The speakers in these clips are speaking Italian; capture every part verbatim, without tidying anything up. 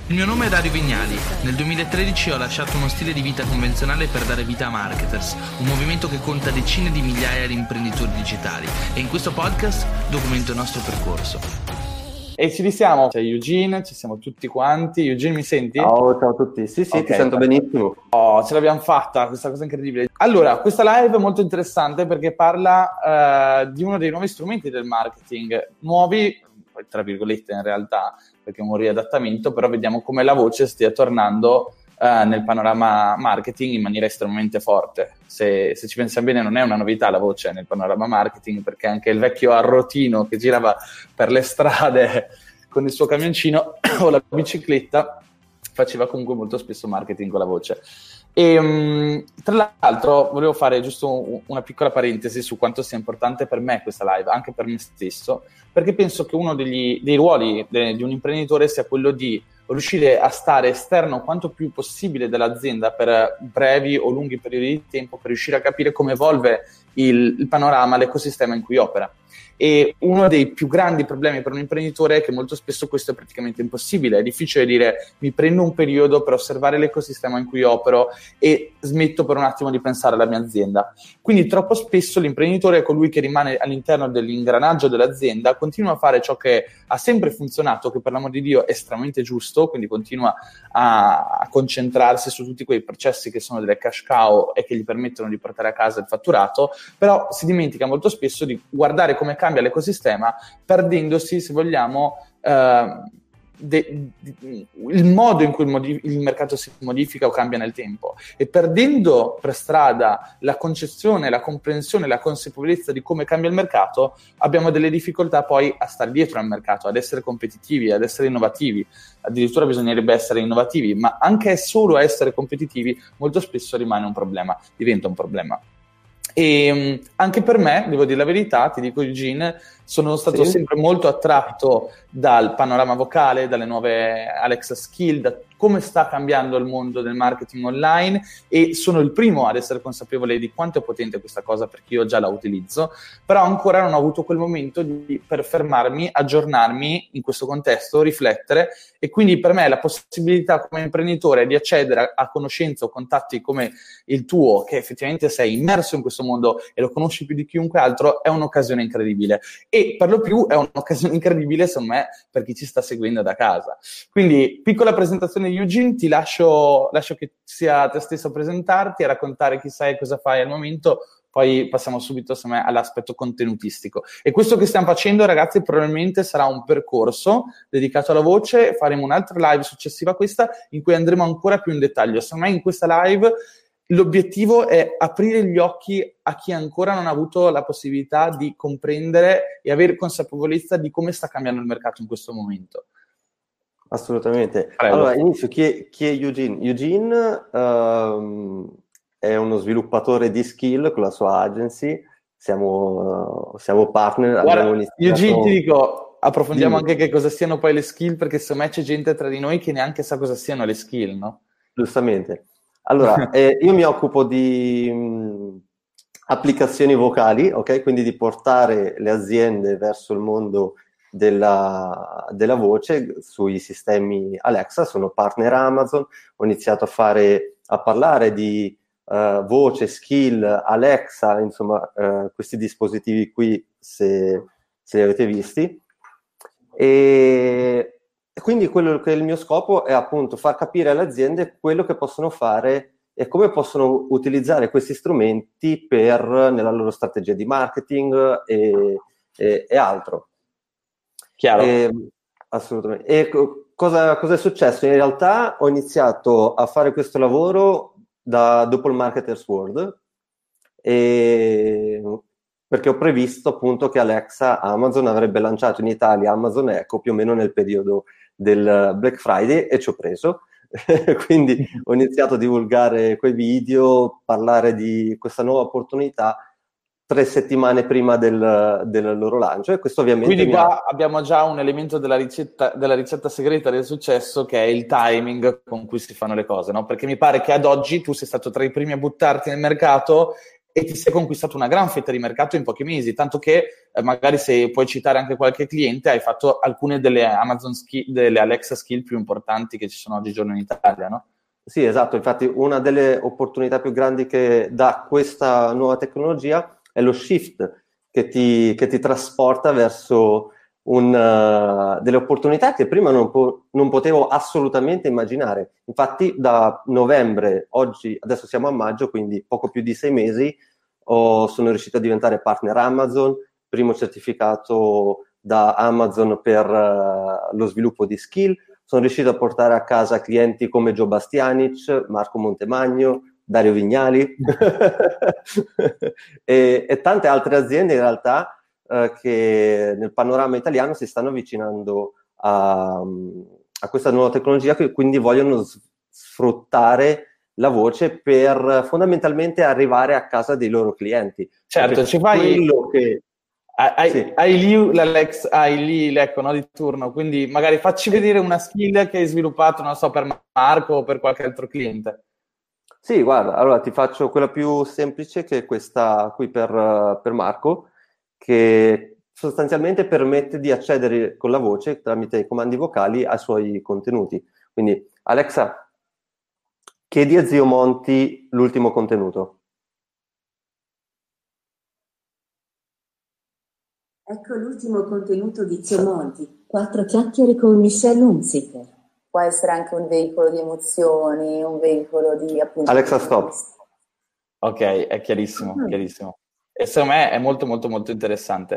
Il mio nome è Dario Vignali. Nel duemilatredici ho lasciato uno stile di vita convenzionale per dare vita a Marketers, un movimento che conta decine di migliaia di imprenditori digitali, e in questo podcast documento il nostro percorso. E ci risiamo, c'è Eugene, ci siamo tutti quanti. Eugene, mi senti? Ciao, ciao a tutti. Sì, sì, okay, ti sento benissimo. Oh, ce l'abbiamo fatta, questa cosa incredibile. Allora, questa live è molto interessante perché parla uh, di uno dei nuovi strumenti del marketing, nuovi, tra virgolette in realtà, perché è un riadattamento, però vediamo come la voce stia tornando uh, nel panorama marketing in maniera estremamente forte. Se, se ci pensiamo bene, non è una novità la voce nel panorama marketing, perché anche il vecchio arrotino che girava per le strade con il suo camioncino o la bicicletta faceva comunque molto spesso marketing con la voce. E um, tra l'altro volevo fare giusto una piccola parentesi su quanto sia importante per me questa live, anche per me stesso, perché penso che uno degli, dei ruoli de, di un imprenditore sia quello di riuscire a stare esterno quanto più possibile dall'azienda per brevi o lunghi periodi di tempo, per riuscire a capire come evolve il, il panorama, l'ecosistema in cui opera. E uno dei più grandi problemi per un imprenditore è che molto spesso questo è praticamente impossibile. È difficile dire mi prendo un periodo per osservare l'ecosistema in cui opero e smetto per un attimo di pensare alla mia azienda. Quindi troppo spesso l'imprenditore è colui che rimane all'interno dell'ingranaggio dell'azienda, continua a fare ciò che ha sempre funzionato, che per l'amor di Dio è estremamente giusto, quindi continua a, a concentrarsi su tutti quei processi che sono delle cash cow e che gli permettono di portare a casa il fatturato, però si dimentica molto spesso di guardare come cambia l'ecosistema, perdendosi, se vogliamo, eh, de, de, il modo in cui il, modif- il mercato si modifica o cambia nel tempo, e perdendo per strada la concezione, la comprensione, la consapevolezza di come cambia il mercato, abbiamo delle difficoltà poi a stare dietro al mercato, ad essere competitivi, ad essere innovativi. Addirittura bisognerebbe essere innovativi, ma anche solo essere competitivi molto spesso rimane un problema, diventa un problema. E um, anche per me, devo dire la verità, ti dico Eugene, sono stato sì. sempre molto attratto dal panorama vocale, dalle nuove Alexa skill, da come sta cambiando il mondo del marketing online, e sono il primo ad essere consapevole di quanto è potente questa cosa, perché io già la utilizzo, però ancora non ho avuto quel momento di, per fermarmi, aggiornarmi in questo contesto, riflettere, e quindi per me la possibilità come imprenditore di accedere a, a conoscenze o contatti come il tuo, che effettivamente sei immerso in questo mondo e lo conosci più di chiunque altro, è un'occasione incredibile. E per lo più è un'occasione incredibile, secondo me, per chi ci sta seguendo da casa. Quindi, piccola presentazione di Eugene, ti lascio, lascio che sia te stesso a presentarti, a raccontare chi sei e cosa fai al momento, poi passiamo subito, secondo me, all'aspetto contenutistico. E questo che stiamo facendo, ragazzi, probabilmente sarà un percorso dedicato alla voce. Faremo un'altra live successiva a questa, in cui andremo ancora più in dettaglio. Secondo me in questa live l'obiettivo è aprire gli occhi a chi ancora non ha avuto la possibilità di comprendere e avere consapevolezza di come sta cambiando il mercato in questo momento. Assolutamente. Prego. Allora, inizio. Chi è, chi è Eugene? Eugene um, è uno sviluppatore di skill con la sua agency. Siamo, uh, siamo partner. Guarda, iniziato... Eugene, ti dico, approfondiamo Dimmi. anche che cosa siano poi le skill, perché secondo me c'è gente tra di noi che neanche sa cosa siano le skill, no? Giustamente. Allora, eh, io mi occupo di mh, applicazioni vocali, ok? Quindi di portare le aziende verso il mondo della, della voce sui sistemi Alexa. Sono partner Amazon, ho iniziato a fare, a parlare di uh, voce, skill, Alexa, insomma, uh, questi dispositivi qui, se, se li avete visti. E... Quindi quello che è il mio scopo è appunto far capire alle aziende quello che possono fare e come possono utilizzare questi strumenti per nella loro strategia di marketing e, e, e altro. Chiaro. E, assolutamente. E cosa, cosa è successo? In realtà ho iniziato a fare questo lavoro da, dopo il Marketers World, e, perché ho previsto appunto che Alexa, Amazon avrebbe lanciato in Italia Amazon Echo più o meno nel periodo del Black Friday, e ci ho preso. Quindi ho iniziato a divulgare quei video, parlare di questa nuova opportunità tre settimane prima del, del loro lancio, e questo ovviamente quindi qua ha... abbiamo già un elemento della ricetta, della ricetta segreta del successo, che è il timing con cui si fanno le cose, no? Perché mi pare che ad oggi tu sei stato tra i primi a buttarti nel mercato e ti sei conquistato una gran fetta di mercato in pochi mesi, tanto che eh, magari se puoi citare anche qualche cliente, hai fatto alcune delle Amazon skill, delle Alexa skill più importanti che ci sono oggigiorno in Italia, no? Sì, esatto, infatti una delle opportunità più grandi che dà questa nuova tecnologia è lo shift che ti, che ti trasporta verso un, uh, delle opportunità che prima non, po- non potevo assolutamente immaginare. Infatti da novembre, oggi, adesso siamo a maggio, quindi poco più di sei mesi, ho, sono riuscito a diventare partner Amazon, primo certificato da Amazon per uh, lo sviluppo di skill. Sono riuscito a portare a casa clienti come Gio Bastianic, Marco Montemagno, Dario Vignali e, e tante altre aziende in realtà eh, che nel panorama italiano si stanno avvicinando a, a questa nuova tecnologia, che quindi vogliono s- sfruttare la voce per fondamentalmente arrivare a casa dei loro clienti. Certo, Perché ci fai... quello che... Hai, Sì. hai lì l'Alex, hai lì l'Echo, no, di turno, quindi magari facci vedere una skill che hai sviluppato, non so, per Marco o per qualche altro cliente. Sì, guarda, allora ti faccio quella più semplice, che è questa qui per, uh, per Marco, che sostanzialmente permette di accedere con la voce tramite i comandi vocali ai suoi contenuti. Quindi, Alexa, chiedi a Zio Monti l'ultimo contenuto. Ecco l'ultimo contenuto di Zio Monti, quattro chiacchiere con Michelle Hunziker. Può essere anche un veicolo di emozioni, un veicolo di appunto... Alexa, stop. Ok, è chiarissimo, mm. chiarissimo. E secondo me è molto molto molto interessante.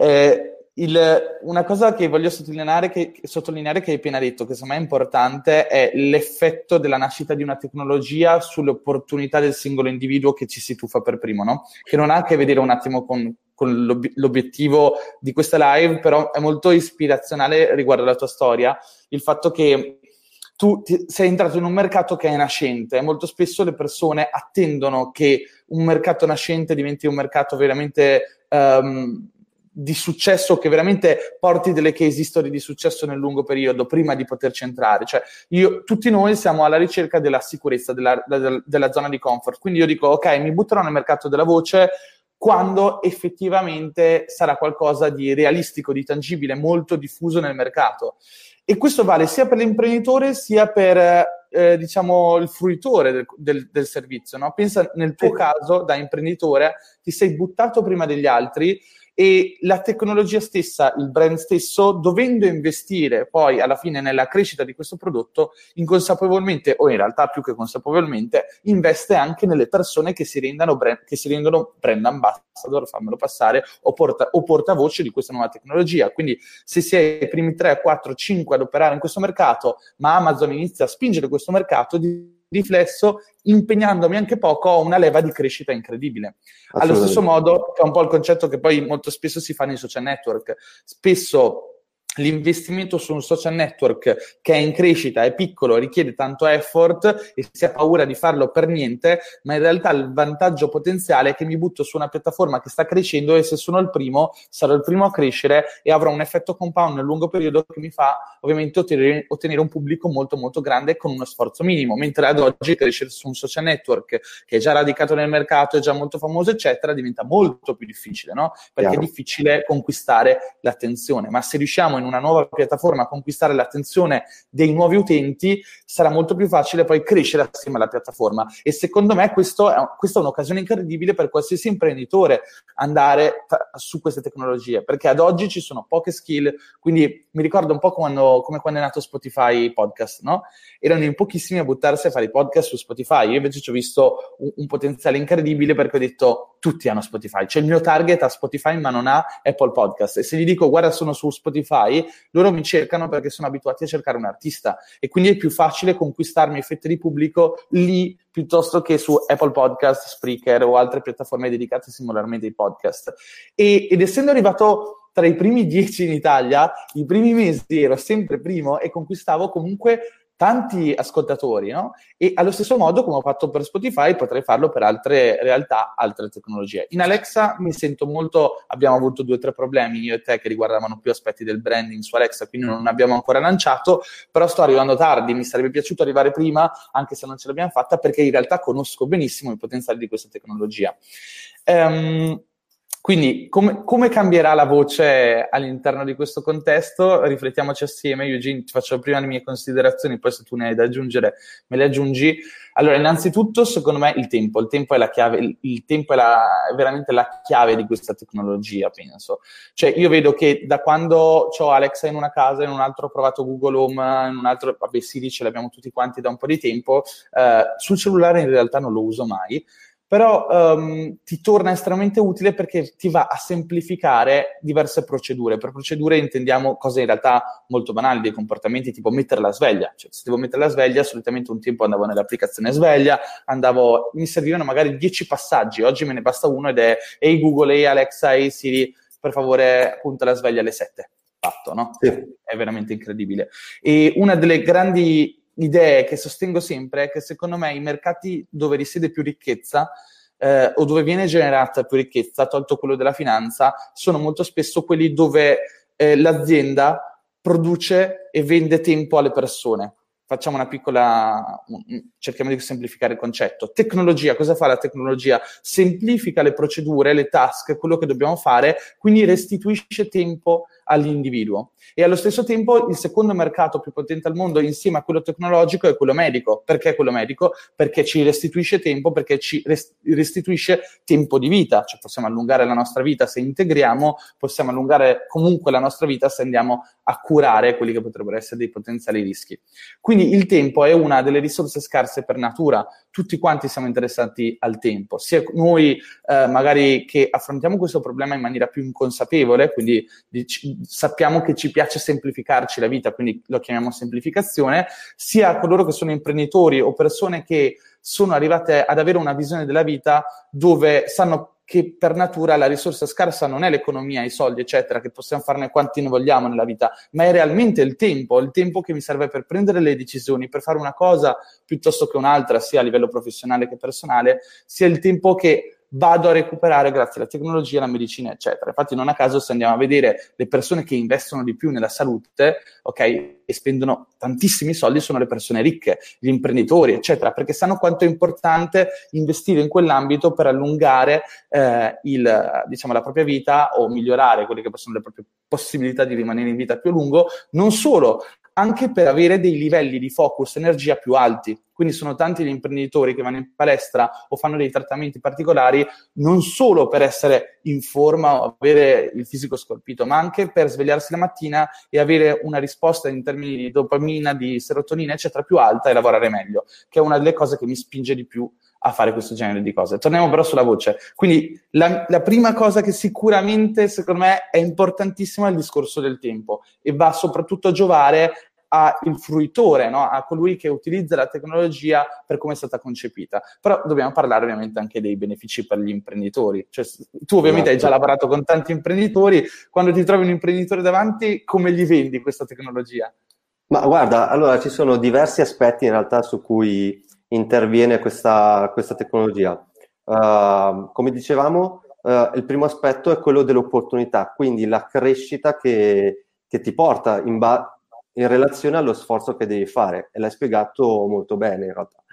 Eh, il, una cosa che voglio sottolineare che, sottolineare che hai appena detto, che secondo me è importante, è l'effetto della nascita di una tecnologia sulle opportunità del singolo individuo che ci si tuffa per primo, no? Che non ha a che vedere un attimo con, con l'ob- l'obiettivo di questa live, però è molto ispirazionale riguardo alla tua storia, il fatto che tu ti, sei entrato in un mercato che è nascente e molto spesso le persone attendono che un mercato nascente diventi un mercato veramente um, di successo, che veramente porti delle case story di successo nel lungo periodo prima di poterci entrare. Cioè, io, tutti noi siamo alla ricerca della sicurezza, della, della, della zona di comfort. Quindi io dico, ok, mi butterò nel mercato della voce quando effettivamente sarà qualcosa di realistico, di tangibile, molto diffuso nel mercato. E questo vale sia per l'imprenditore sia per, eh, diciamo, il fruitore del, del, del servizio, no? Pensa, nel tuo caso, da imprenditore, ti sei buttato prima degli altri e la tecnologia stessa, il brand stesso, dovendo investire poi alla fine nella crescita di questo prodotto, inconsapevolmente, o in realtà più che consapevolmente, investe anche nelle persone che si rendano brand, che si rendono brand ambassador, fammelo passare, o, porta, o portavoce di questa nuova tecnologia. Quindi se si è i primi tre, quattro, cinque ad operare in questo mercato, ma Amazon inizia a spingere questo mercato, di riflesso, impegnandomi anche poco, ho una leva di crescita incredibile. Allo stesso modo, che è un po' il concetto che poi molto spesso si fa nei social network. Spesso l'investimento su un social network che è in crescita, è piccolo, richiede tanto effort e si ha paura di farlo per niente, ma in realtà il vantaggio potenziale è che mi butto su una piattaforma che sta crescendo e se sono il primo, sarò il primo a crescere e avrò un effetto compound nel lungo periodo che mi fa ovviamente ottenere, ottenere un pubblico molto molto grande con uno sforzo minimo, mentre ad oggi crescere su un social network che è già radicato nel mercato, è già molto famoso eccetera, diventa molto più difficile, no? Perché Chiaro. È difficile conquistare l'attenzione, ma se riusciamo in una nuova piattaforma a conquistare l'attenzione dei nuovi utenti, sarà molto più facile poi crescere assieme alla piattaforma. E secondo me questo è, questa è un'occasione incredibile per qualsiasi imprenditore andare t- su queste tecnologie, perché ad oggi ci sono poche skill, quindi mi ricordo un po' quando, come quando è nato Spotify podcast, no? Erano in pochissimi a buttarsi a fare i podcast su Spotify, io invece ci ho visto un, un potenziale incredibile perché ho detto tutti hanno Spotify, cioè il mio target ha Spotify ma non ha Apple Podcast, e se gli dico guarda sono su Spotify, loro mi cercano perché sono abituati a cercare un artista e quindi è più facile conquistarmi fette di pubblico lì piuttosto che su Apple Podcast, Spreaker o altre piattaforme dedicate singolarmente ai podcast. E, ed essendo arrivato tra i primi dieci in Italia, i primi mesi ero sempre primo e conquistavo comunque tanti ascoltatori, no? E allo stesso modo, come ho fatto per Spotify, potrei farlo per altre realtà, altre tecnologie. In Alexa mi sento molto, abbiamo avuto due o tre problemi, io e te, che riguardavano più aspetti del branding su Alexa, quindi non abbiamo ancora lanciato, però sto arrivando tardi, mi sarebbe piaciuto arrivare prima, anche se non ce l'abbiamo fatta, perché in realtà conosco benissimo i potenziali di questa tecnologia. Um, Quindi come, come cambierà la voce all'interno di questo contesto? Riflettiamoci assieme. Eugene, ti faccio prima le mie considerazioni, poi se tu ne hai da aggiungere me le aggiungi. Allora, innanzitutto, secondo me il tempo. Il tempo è la chiave, il, il tempo è, la, è veramente la chiave di questa tecnologia, penso. Cioè, io vedo che da quando ho Alexa in una casa, in un altro ho provato Google Home, in un altro, vabbè, Siri ce l'abbiamo tutti quanti da un po' di tempo, eh, sul cellulare in realtà non lo uso mai. Però um, ti torna estremamente utile perché ti va a semplificare diverse procedure. Per procedure intendiamo cose in realtà molto banali, dei comportamenti tipo mettere la sveglia. Cioè, se devo mettere la sveglia, solitamente un tempo andavo nell'applicazione sveglia, andavo, mi servivano magari dieci passaggi, oggi me ne basta uno ed è ehi Google, ehi Alexa, ehi Siri, per favore punta la sveglia alle sette. Fatto, no? Sì. È veramente incredibile. E una delle grandi idee che sostengo sempre è che secondo me i mercati dove risiede più ricchezza eh, o dove viene generata più ricchezza, tolto quello della finanza, sono molto spesso quelli dove eh, l'azienda produce e vende tempo alle persone. Facciamo una piccola, cerchiamo di semplificare il concetto. Tecnologia, cosa fa la tecnologia? Semplifica le procedure, le task, quello che dobbiamo fare, quindi restituisce tempo all'individuo. E allo stesso tempo il secondo mercato più potente al mondo insieme a quello tecnologico è quello medico. Perché quello medico? Perché ci restituisce tempo, perché ci restituisce tempo di vita. Cioè possiamo allungare la nostra vita se integriamo, possiamo allungare comunque la nostra vita se andiamo a curare quelli che potrebbero essere dei potenziali rischi. Quindi il tempo è una delle risorse scarse per natura. Tutti quanti siamo interessati al tempo, sia noi eh, magari che affrontiamo questo problema in maniera più inconsapevole, quindi dic- sappiamo che ci piace semplificarci la vita, quindi lo chiamiamo semplificazione, sia coloro che sono imprenditori o persone che sono arrivate ad avere una visione della vita dove sanno che per natura la risorsa scarsa non è l'economia, i soldi, eccetera, che possiamo farne quanti ne vogliamo nella vita, ma è realmente il tempo, il tempo che mi serve per prendere le decisioni, per fare una cosa piuttosto che un'altra, sia a livello professionale che personale, sia il tempo che vado a recuperare grazie alla tecnologia, alla medicina, eccetera. Infatti non a caso se andiamo a vedere le persone che investono di più nella salute, ok, e spendono tantissimi soldi sono le persone ricche, gli imprenditori, eccetera, perché sanno quanto è importante investire in quell'ambito per allungare eh, il, diciamo, la propria vita o migliorare quelle che possono le proprie possibilità di rimanere in vita più a lungo, non solo, anche per avere dei livelli di focus, energia più alti. Quindi sono tanti gli imprenditori che vanno in palestra o fanno dei trattamenti particolari non solo per essere in forma o avere il fisico scolpito, ma anche per svegliarsi la mattina e avere una risposta in termini di dopamina, di serotonina, eccetera, più alta e lavorare meglio, che è una delle cose che mi spinge di più a fare questo genere di cose. Torniamo però sulla voce. Quindi la, la prima cosa che sicuramente, secondo me, è importantissima è il discorso del tempo e va soprattutto a giovare al fruitore, no? A colui che utilizza la tecnologia per come è stata concepita. Però dobbiamo parlare ovviamente anche dei benefici per gli imprenditori. Cioè, tu ovviamente hai già lavorato con tanti imprenditori, quando ti trovi un imprenditore davanti, come gli vendi questa tecnologia? Ma guarda, allora ci sono diversi aspetti in realtà su cui interviene questa, questa tecnologia. Uh, come dicevamo, uh, il primo aspetto è quello dell'opportunità, quindi la crescita che, che ti porta in, ba- in relazione allo sforzo che devi fare, e l'hai spiegato molto bene in realtà.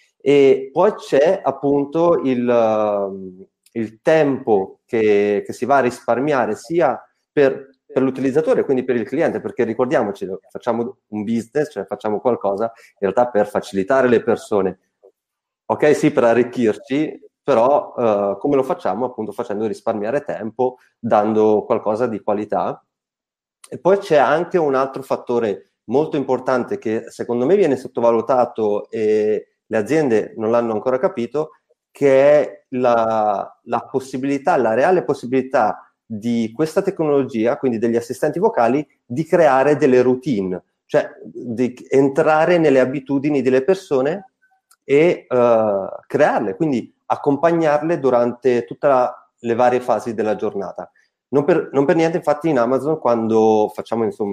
E poi c'è appunto il, uh, il tempo che, che si va a risparmiare sia per, per l'utilizzatore, quindi per il cliente, perché ricordiamoci, facciamo un business, cioè facciamo qualcosa in realtà per facilitare le persone. Ok, sì, per arricchirci, però uh, come lo facciamo? Appunto facendo risparmiare tempo, dando qualcosa di qualità. E poi c'è anche un altro fattore molto importante che secondo me viene sottovalutato e le aziende non l'hanno ancora capito, che è la, la possibilità, la reale possibilità di questa tecnologia, quindi degli assistenti vocali, di creare delle routine, cioè di entrare nelle abitudini delle persone e uh, crearle, quindi accompagnarle durante tutte le varie fasi della giornata. Non per, non per niente, infatti, in Amazon, quando facciamo insomma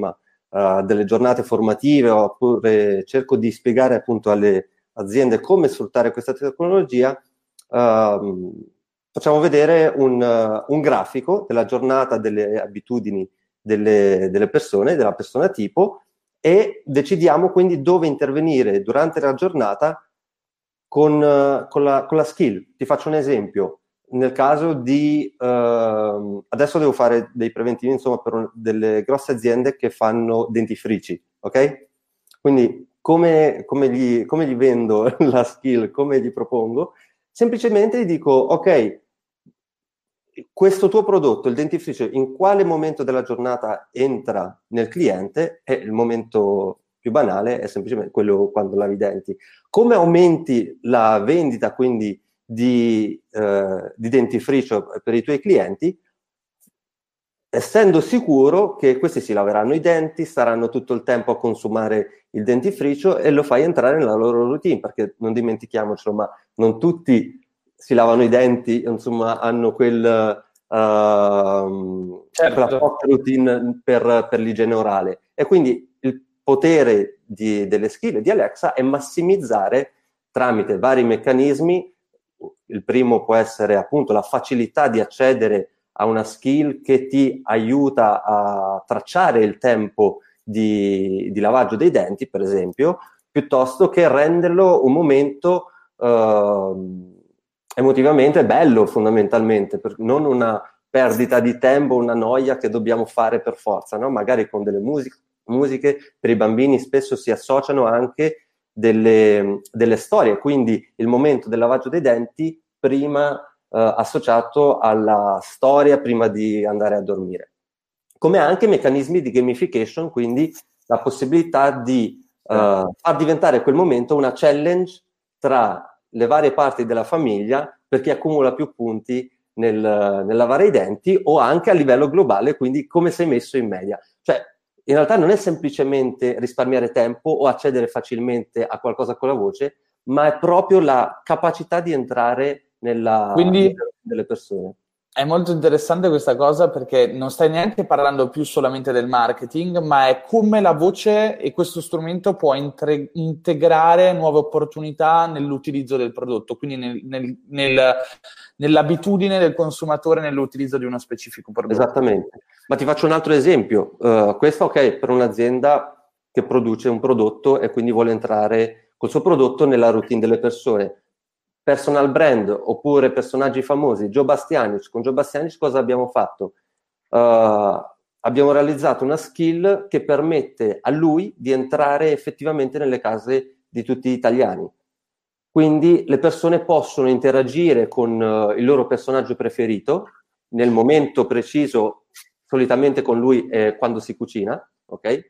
uh, delle giornate formative, oppure cerco di spiegare appunto alle aziende come sfruttare questa tecnologia, uh, facciamo vedere un, uh, un grafico della giornata, delle abitudini delle, delle persone, della persona tipo, e decidiamo quindi dove intervenire durante la giornata con, uh, con, la, con la skill. Ti faccio un esempio. Nel caso di... Uh, adesso devo fare dei preventivi, insomma, per un, delle grosse aziende che fanno dentifrici, ok? Quindi come, come, gli, come gli vendo la skill, come gli propongo? Semplicemente gli dico, ok, questo tuo prodotto, il dentifricio, in quale momento della giornata entra nel cliente? E il momento più banale è semplicemente quello quando lavi i denti. Come aumenti la vendita, quindi, di, eh, di dentifricio per i tuoi clienti? Essendo sicuro che questi si laveranno i denti, staranno tutto il tempo a consumare il dentifricio e lo fai entrare nella loro routine, perché non dimentichiamocelo, ma non tutti si lavano i denti, insomma, hanno quel, uh, certo. quella forte routine per, per l'igiene orale. E quindi il potere di, delle skill di Alexa è massimizzare tramite vari meccanismi. Il primo può essere appunto la facilità di accedere a una skill che ti aiuta a tracciare il tempo di, di lavaggio dei denti, per esempio, piuttosto che renderlo un momento uh, emotivamente bello, fondamentalmente, per, non una perdita di tempo, una noia che dobbiamo fare per forza, no? Magari con delle musiche, musiche per i bambini spesso si associano anche delle, delle storie, quindi il momento del lavaggio dei denti prima eh, associato alla storia prima di andare a dormire. Come anche meccanismi di gamification, quindi la possibilità di eh, far diventare quel momento una challenge tra le varie parti della famiglia per chi accumula più punti nel, nel lavare i denti, o anche a livello globale, quindi come sei messo in media. Cioè, in realtà non è semplicemente risparmiare tempo o accedere facilmente a qualcosa con la voce, ma è proprio la capacità di entrare nella Quindi delle persone. È molto interessante questa cosa, perché non stai neanche parlando più solamente del marketing, ma è come la voce e questo strumento può intre- integrare nuove opportunità nell'utilizzo del prodotto, quindi nel, nel, nel, nell'abitudine del consumatore nell'utilizzo di uno specifico prodotto. Esattamente. Ma ti faccio un altro esempio. Uh, questo, ok, per un'azienda che produce un prodotto e quindi vuole entrare col suo prodotto nella routine delle persone. Personal brand oppure personaggi famosi. Joe Bastianic. Con Joe Bastianic cosa abbiamo fatto? Uh, abbiamo realizzato una skill che permette a lui di entrare effettivamente nelle case di tutti gli italiani. Quindi le persone possono interagire con uh, il loro personaggio preferito nel momento preciso, solitamente con lui eh, quando si cucina, ok?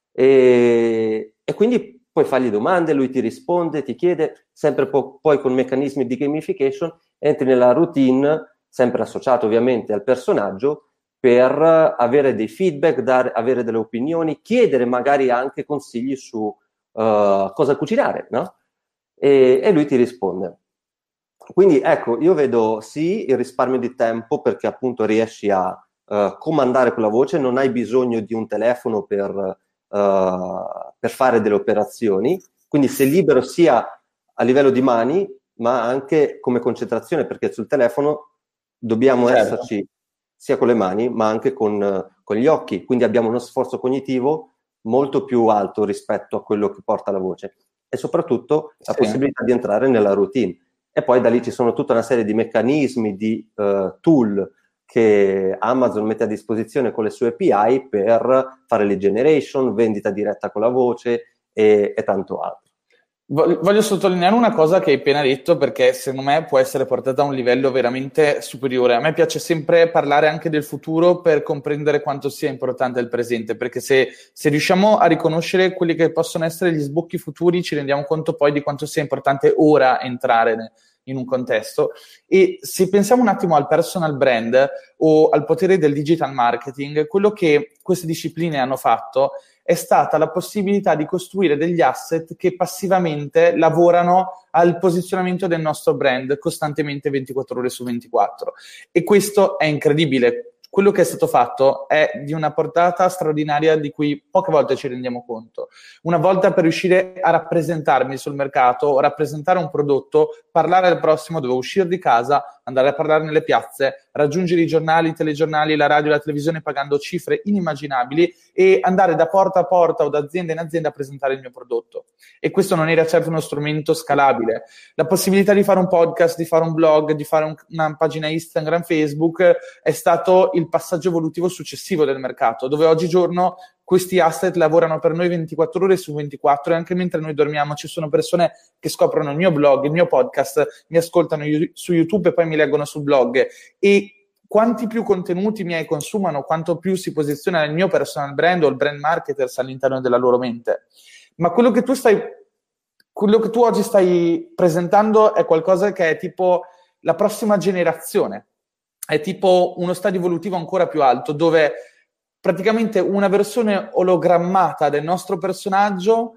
E, e quindi puoi fargli domande, lui ti risponde, ti chiede, sempre po- poi con meccanismi di gamification entri nella routine, sempre associato ovviamente al personaggio, per avere dei feedback, dare, avere delle opinioni, chiedere magari anche consigli su uh, cosa cucinare, no? E, e lui ti risponde. Quindi ecco, io vedo sì il risparmio di tempo, perché appunto riesci a uh, comandare con la voce, non hai bisogno di un telefono per... Uh, per fare delle operazioni, quindi sei libero sia a livello di mani ma anche come concentrazione, perché sul telefono dobbiamo certo. esserci sia con le mani ma anche con, uh, con gli occhi, quindi abbiamo uno sforzo cognitivo molto più alto rispetto a quello che porta la voce, e soprattutto la sì. possibilità di entrare nella routine. E poi da lì ci sono tutta una serie di meccanismi, di uh, tool che Amazon mette a disposizione con le sue A P I per fare lead generation, vendita diretta con la voce e, e tanto altro. Voglio sottolineare una cosa che hai appena detto, perché secondo me può essere portata a un livello veramente superiore. A me piace sempre parlare anche del futuro per comprendere quanto sia importante il presente, perché se, se riusciamo a riconoscere quelli che possono essere gli sbocchi futuri, ci rendiamo conto poi di quanto sia importante ora entrare ne, in un contesto. E se pensiamo un attimo al personal brand o al potere del digital marketing, quello che queste discipline hanno fatto è stata la possibilità di costruire degli asset che passivamente lavorano al posizionamento del nostro brand costantemente ventiquattro ore su ventiquattro. E questo è incredibile. quello che è stato fatto è di una portata straordinaria di cui poche volte ci rendiamo conto. Una volta per riuscire a rappresentarmi sul mercato, rappresentare un prodotto, parlare al prossimo, dovevo uscire di casa, andare a parlare nelle piazze, raggiungere i giornali, i telegiornali, la radio, la televisione pagando cifre inimmaginabili e andare da porta a porta o da azienda in azienda a presentare il mio prodotto. E questo non era certo uno strumento scalabile. La possibilità di fare un podcast, di fare un blog, di fare un, una pagina Instagram, Facebook è stato il passaggio evolutivo successivo del mercato, dove oggigiorno questi asset lavorano per noi ventiquattro ore su ventiquattro e anche mentre noi dormiamo ci sono persone che scoprono il mio blog, il mio podcast, mi ascoltano su YouTube e poi mi leggono sul blog. E quanti più contenuti miei consumano, quanto più si posiziona il mio personal brand o il brand marketers all'interno della loro mente. Ma quello che tu stai, quello che tu oggi stai presentando è qualcosa che è tipo la prossima generazione, è tipo uno stadio evolutivo ancora più alto, dove praticamente una versione ologrammata del nostro personaggio uh,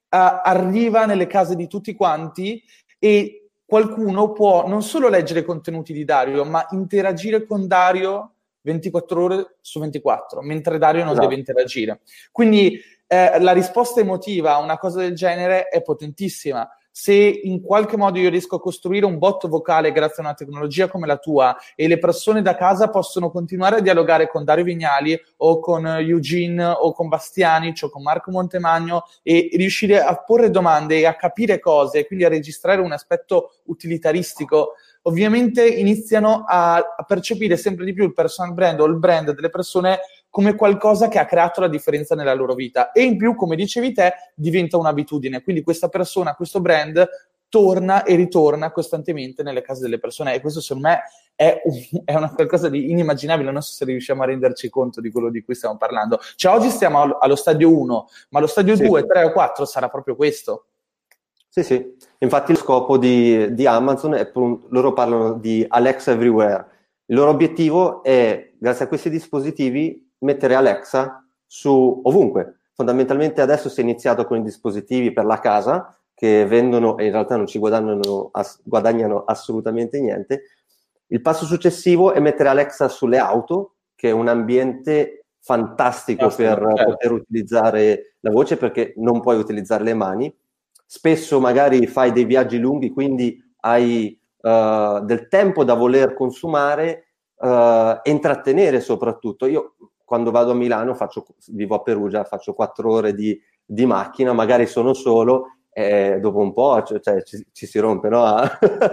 arriva nelle case di tutti quanti e qualcuno può non solo leggere i contenuti di Dario, ma interagire con Dario ventiquattro ore su ventiquattro, mentre Dario non esatto. deve interagire. Quindi eh, la risposta emotiva a una cosa del genere è potentissima. Se in qualche modo io riesco a costruire un bot vocale grazie a una tecnologia come la tua e le persone da casa possono continuare a dialogare con Dario Vignali o con Eugene o con Bastianic o con Marco Montemagno e riuscire a porre domande e a capire cose e quindi a registrare un aspetto utilitaristico, ovviamente iniziano a, a percepire sempre di più il personal brand o il brand delle persone come qualcosa che ha creato la differenza nella loro vita. E in più, come dicevi te, diventa un'abitudine. Quindi questa persona, questo brand, torna e ritorna costantemente nelle case delle persone. E questo, secondo me, è, un, è una qualcosa di inimmaginabile. Non so se riusciamo a renderci conto di quello di cui stiamo parlando. Cioè, oggi stiamo allo, allo stadio uno, ma lo stadio sì. due, tre o quattro sarà proprio questo. Sì, sì. Infatti lo scopo di, di Amazon è, loro parlano di Alexa Everywhere. Il loro obiettivo è, grazie a questi dispositivi, mettere Alexa su ovunque. Fondamentalmente adesso si è iniziato con i dispositivi per la casa che vendono e in realtà non ci guadagnano, ass- guadagnano assolutamente niente. Il passo successivo è mettere Alexa sulle auto, che è un ambiente fantastico Fantastico, per certo. poter utilizzare la voce perché non puoi utilizzare le mani. Spesso magari fai dei viaggi lunghi, quindi hai uh, del tempo da voler consumare uh, e intrattenere soprattutto. Io quando vado a Milano, faccio, vivo a Perugia, faccio quattro ore di, di macchina, magari sono solo e dopo un po' cioè, ci, ci si rompe, no? a,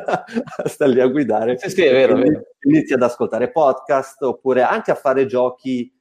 a stare lì a guidare. Sì, sì, è vero, è vero. Inizi ad ascoltare podcast oppure anche a fare giochi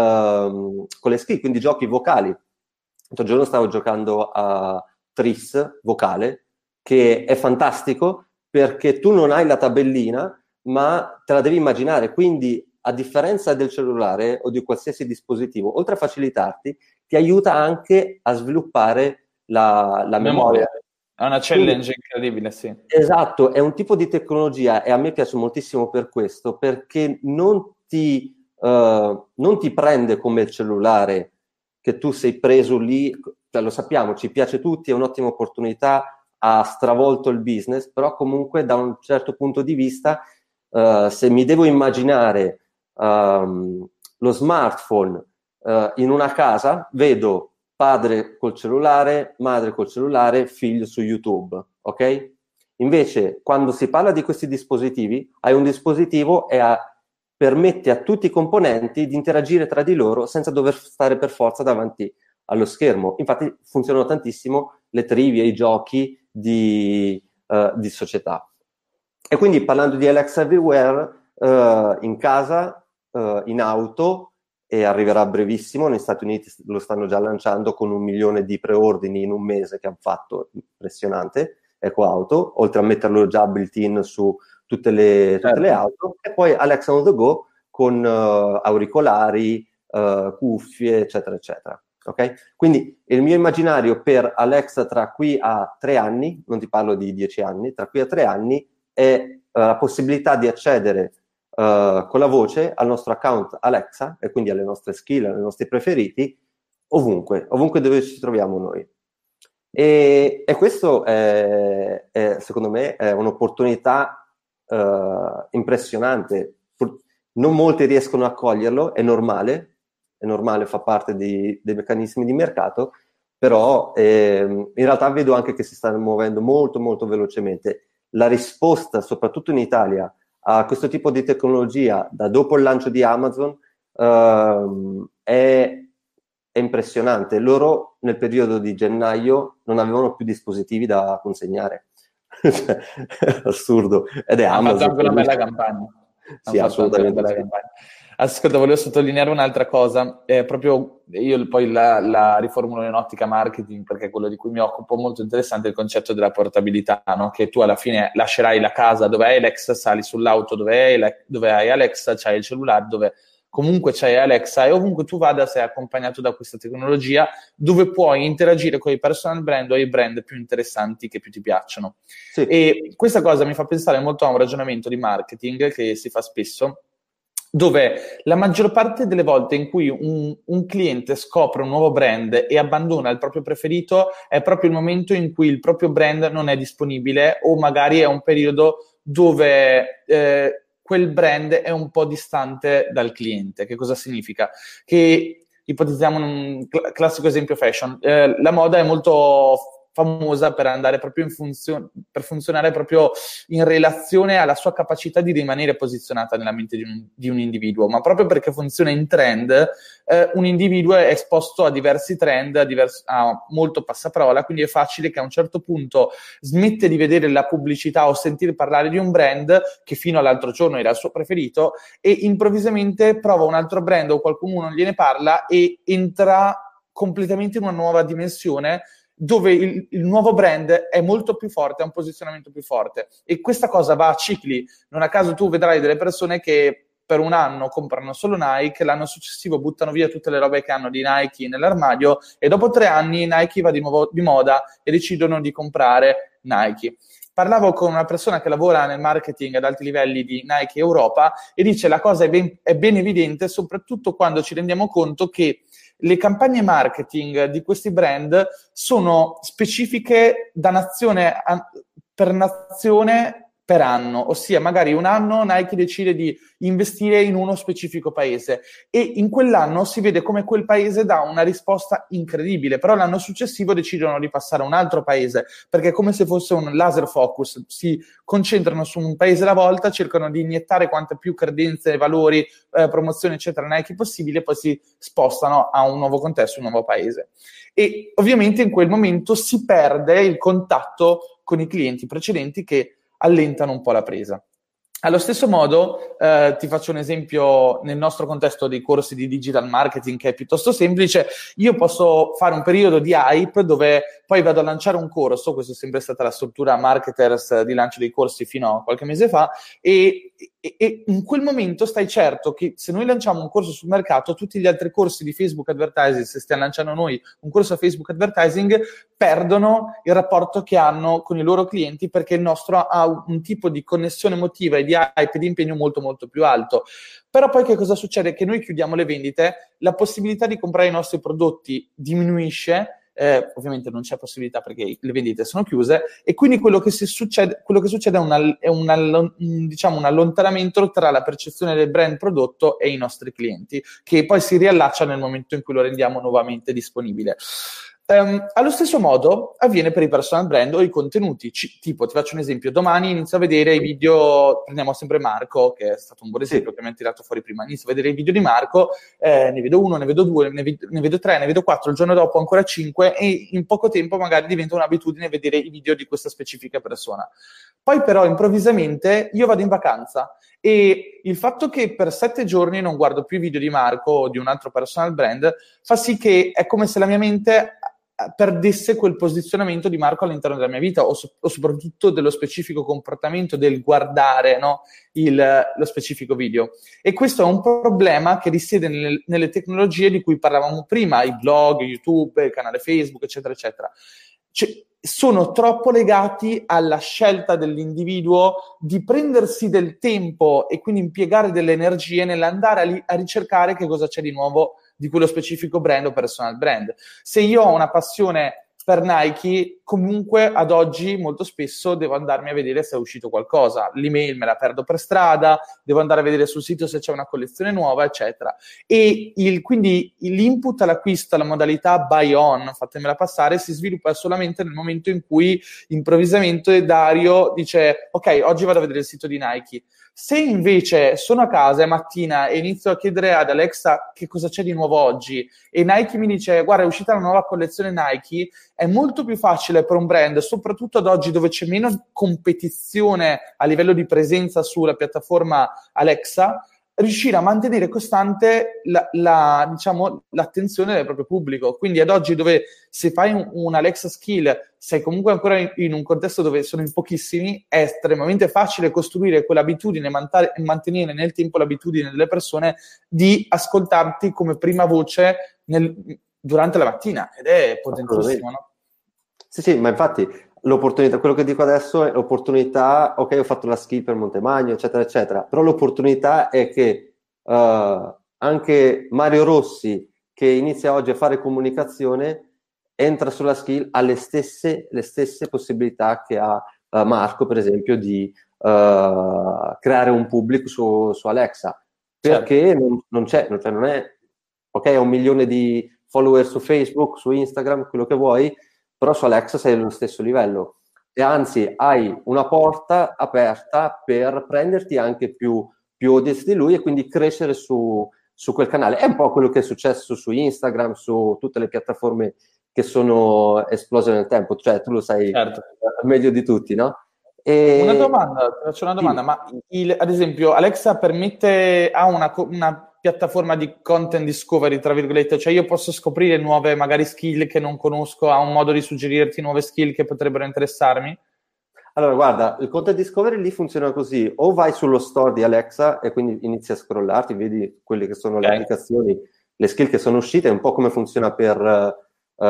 um, con le skill, quindi giochi vocali. L'altro giorno stavo giocando a Tris vocale, che è fantastico perché tu non hai la tabellina, ma te la devi immaginare, quindi a differenza del cellulare o di qualsiasi dispositivo, oltre a facilitarti, ti aiuta anche a sviluppare la, la memoria. memoria. È una challenge quindi, incredibile, sì. Esatto, è un tipo di tecnologia e a me piace moltissimo per questo, perché non ti, uh, non ti prende come il cellulare, che tu sei preso lì, cioè, lo sappiamo, ci piace tutti, è un'ottima opportunità, ha stravolto il business, però comunque da un certo punto di vista, uh, se mi devo immaginare Um, lo smartphone uh, in una casa, vedo padre col cellulare, madre col cellulare, figlio su YouTube, ok? Invece quando si parla di questi dispositivi, hai un dispositivo e a, permette a tutti i componenti di interagire tra di loro senza dover stare per forza davanti allo schermo. Infatti funzionano tantissimo le trivie, i giochi di, uh, di società. E quindi parlando di Alexa Everywhere, uh, in casa, Uh, in auto, e arriverà a brevissimo. Negli Stati Uniti lo stanno già lanciando con un milione di preordini in un mese che hanno fatto, impressionante, EcoAuto, oltre a metterlo già built-in su tutte le, tutte le auto, e poi Alexa on the go con uh, auricolari, uh, cuffie, eccetera, eccetera. Okay? Quindi il mio immaginario per Alexa tra qui a tre anni, non ti parlo di dieci anni, tra qui a tre anni è uh, la possibilità di accedere Uh, con la voce al nostro account Alexa e quindi alle nostre skill, ai nostri preferiti, ovunque, ovunque dove ci troviamo noi. E, e questo è, è, secondo me, è un'opportunità uh, impressionante. non molti riescono a coglierlo, è normale, è normale, fa parte di, dei meccanismi di mercato, però eh, in realtà vedo anche che si stanno muovendo molto molto velocemente. La risposta, soprattutto in Italia, a questo tipo di tecnologia da dopo il lancio di Amazon uh, è, è impressionante. Loro nel periodo di gennaio non avevano più dispositivi da consegnare. Assurdo. Ed è Amazon. Ha fatto anche una bella campagna. Sì, assolutamente. Una bella campagna. Ascolta, volevo sottolineare un'altra cosa, eh, proprio io poi la, la riformulo in ottica marketing, perché è quello di cui mi occupo, molto interessante il concetto della portabilità, no? Che tu alla fine lascerai la casa dove hai Alexa, sali sull'auto dove hai, dove hai Alexa, c'hai il cellulare dove comunque c'hai Alexa, e ovunque tu vada sei accompagnato da questa tecnologia dove puoi interagire con i personal brand o i brand più interessanti che più ti piacciono. Sì. E questa cosa mi fa pensare molto a un ragionamento di marketing che si fa spesso, dove la maggior parte delle volte in cui un, un cliente scopre un nuovo brand e abbandona il proprio preferito è proprio il momento in cui il proprio brand non è disponibile, o magari è un periodo dove eh, quel brand è un po' distante dal cliente. Che cosa significa? Che ipotizziamo un cl- classico esempio fashion, eh, la moda è molto famosa per andare proprio in funzione, per funzionare proprio in relazione alla sua capacità di rimanere posizionata nella mente di un, di un individuo, ma proprio perché funziona in trend, eh, un individuo è esposto a diversi trend, a, divers- a molto passaparola, quindi è facile che a un certo punto smette di vedere la pubblicità o sentire parlare di un brand che fino all'altro giorno era il suo preferito, e improvvisamente prova un altro brand o qualcuno gliene parla e entra completamente in una nuova dimensione dove il, il nuovo brand è molto più forte, ha un posizionamento più forte, e questa cosa va a cicli. Non a caso tu vedrai delle persone che per un anno comprano solo Nike, l'anno successivo buttano via tutte le robe che hanno di Nike nell'armadio e dopo tre anni Nike va di nuovo di moda e decidono di comprare Nike. Parlavo con una persona che lavora nel marketing ad alti livelli di Nike Europa e dice la cosa è ben, è ben evidente, soprattutto quando ci rendiamo conto che le campagne marketing di questi brand sono specifiche da nazione a, per nazione per anno, ossia magari un anno Nike decide di investire in uno specifico paese e in quell'anno si vede come quel paese dà una risposta incredibile, però l'anno successivo decidono di passare a un altro paese, perché è come se fosse un laser focus, si concentrano su un paese alla volta, cercano di iniettare quante più credenze, valori, eh, promozioni eccetera Nike possibile, e poi si spostano a un nuovo contesto, un nuovo paese. E ovviamente in quel momento si perde il contatto con i clienti precedenti che allentano un po' la presa. Allo stesso modo, eh, ti faccio un esempio nel nostro contesto dei corsi di digital marketing che è piuttosto semplice. Io posso fare un periodo di hype dove poi vado a lanciare un corso, questa è sempre stata la struttura marketers di lancio dei corsi fino a qualche mese fa, e, e, e in quel momento stai certo che se noi lanciamo un corso sul mercato, tutti gli altri corsi di Facebook Advertising, se stiamo lanciando noi un corso a Facebook Advertising, perdono il rapporto che hanno con i loro clienti, perché il nostro ha un tipo di connessione emotiva e di hype, di impegno molto molto più alto. Però poi che cosa succede? Che noi chiudiamo le vendite, la possibilità di comprare i nostri prodotti diminuisce, eh, ovviamente non c'è possibilità perché le vendite sono chiuse, e quindi quello che, si succede, quello che succede è, una, è una, diciamo un allontanamento tra la percezione del brand prodotto e i nostri clienti, che poi si riallaccia nel momento in cui lo rendiamo nuovamente disponibile. Um, allo stesso modo avviene per i personal brand o i contenuti, C- tipo ti faccio un esempio, domani inizio a vedere i video, prendiamo sempre Marco che è stato un buon esempio sì. che mi ha tirato fuori prima, inizio a vedere i video di Marco, eh, ne vedo uno, ne vedo due, ne, vid- ne vedo tre, ne vedo quattro, il giorno dopo ancora cinque, e in poco tempo magari diventa un'abitudine vedere i video di questa specifica persona. Poi però improvvisamente io vado in vacanza e il fatto che per sette giorni non guardo più i video di Marco o di un altro personal brand fa sì che è come se la mia mente perdesse quel posizionamento di Marco all'interno della mia vita, o, so- o soprattutto dello specifico comportamento del guardare, no, il, lo specifico video. E questo è un problema che risiede nelle, nelle tecnologie di cui parlavamo prima, i blog, YouTube, il canale Facebook, eccetera, eccetera. Cioè, sono troppo legati alla scelta dell'individuo di prendersi del tempo e quindi impiegare delle energie nell'andare a, li- a ricercare che cosa c'è di nuovo di quello specifico brand o personal brand. Se io ho una passione per Nike, comunque ad oggi molto spesso devo andarmi a vedere se è uscito qualcosa, l'email me la perdo per strada, devo andare a vedere sul sito se c'è una collezione nuova, eccetera. E il, quindi l'input all'acquisto, la modalità buy on, fatemela passare, si sviluppa solamente nel momento in cui improvvisamente Dario dice ok, oggi vado a vedere il sito di Nike. Se invece sono a casa, è mattina, e inizio a chiedere ad Alexa che cosa c'è di nuovo oggi, e Nike mi dice guarda è uscita la nuova collezione Nike, è molto più facile per un brand, soprattutto ad oggi dove c'è meno competizione a livello di presenza sulla piattaforma Alexa, riuscire a mantenere costante la, la, diciamo, l'attenzione del proprio pubblico. Quindi ad oggi dove se fai un, un Alexa skill, sei comunque ancora in, in un contesto dove sono in pochissimi, è estremamente facile costruire quell'abitudine, manta- mantenere nel tempo l'abitudine delle persone di ascoltarti come prima voce nel, durante la mattina, ed è potentissimo, no? Sì, sì, ma infatti l'opportunità, quello che dico adesso è l'opportunità, ok, ho fatto la skill per Montemagno, eccetera, eccetera, però l'opportunità è che uh, anche Mario Rossi, che inizia oggi a fare comunicazione, entra sulla skill, ha le stesse, le stesse possibilità che ha uh, Marco, per esempio, di uh, creare un pubblico su, su Alexa, perché certo. non, non c'è, non, cioè non è, ok, ha un milione di follower su Facebook, su Instagram, quello che vuoi, però su Alexa sei allo stesso livello, e anzi hai una porta aperta per prenderti anche più, più audience di lui e quindi crescere su, su quel canale. È un po' quello che è successo su Instagram, su tutte le piattaforme che sono esplose nel tempo, cioè tu lo sai certo. meglio di tutti, no? E... Una domanda, ti faccio una domanda, sì. ma il, ad esempio Alexa permette, ha una, una piattaforma di content discovery, tra virgolette, cioè io posso scoprire nuove magari skill che non conosco, ha un modo di suggerirti nuove skill che potrebbero interessarmi? Allora guarda, il content discovery lì funziona così: o vai sullo store di Alexa e quindi inizi a scrollarti, vedi quelle che sono okay. le applicazioni, le skill che sono uscite, è un po' come funziona per uh,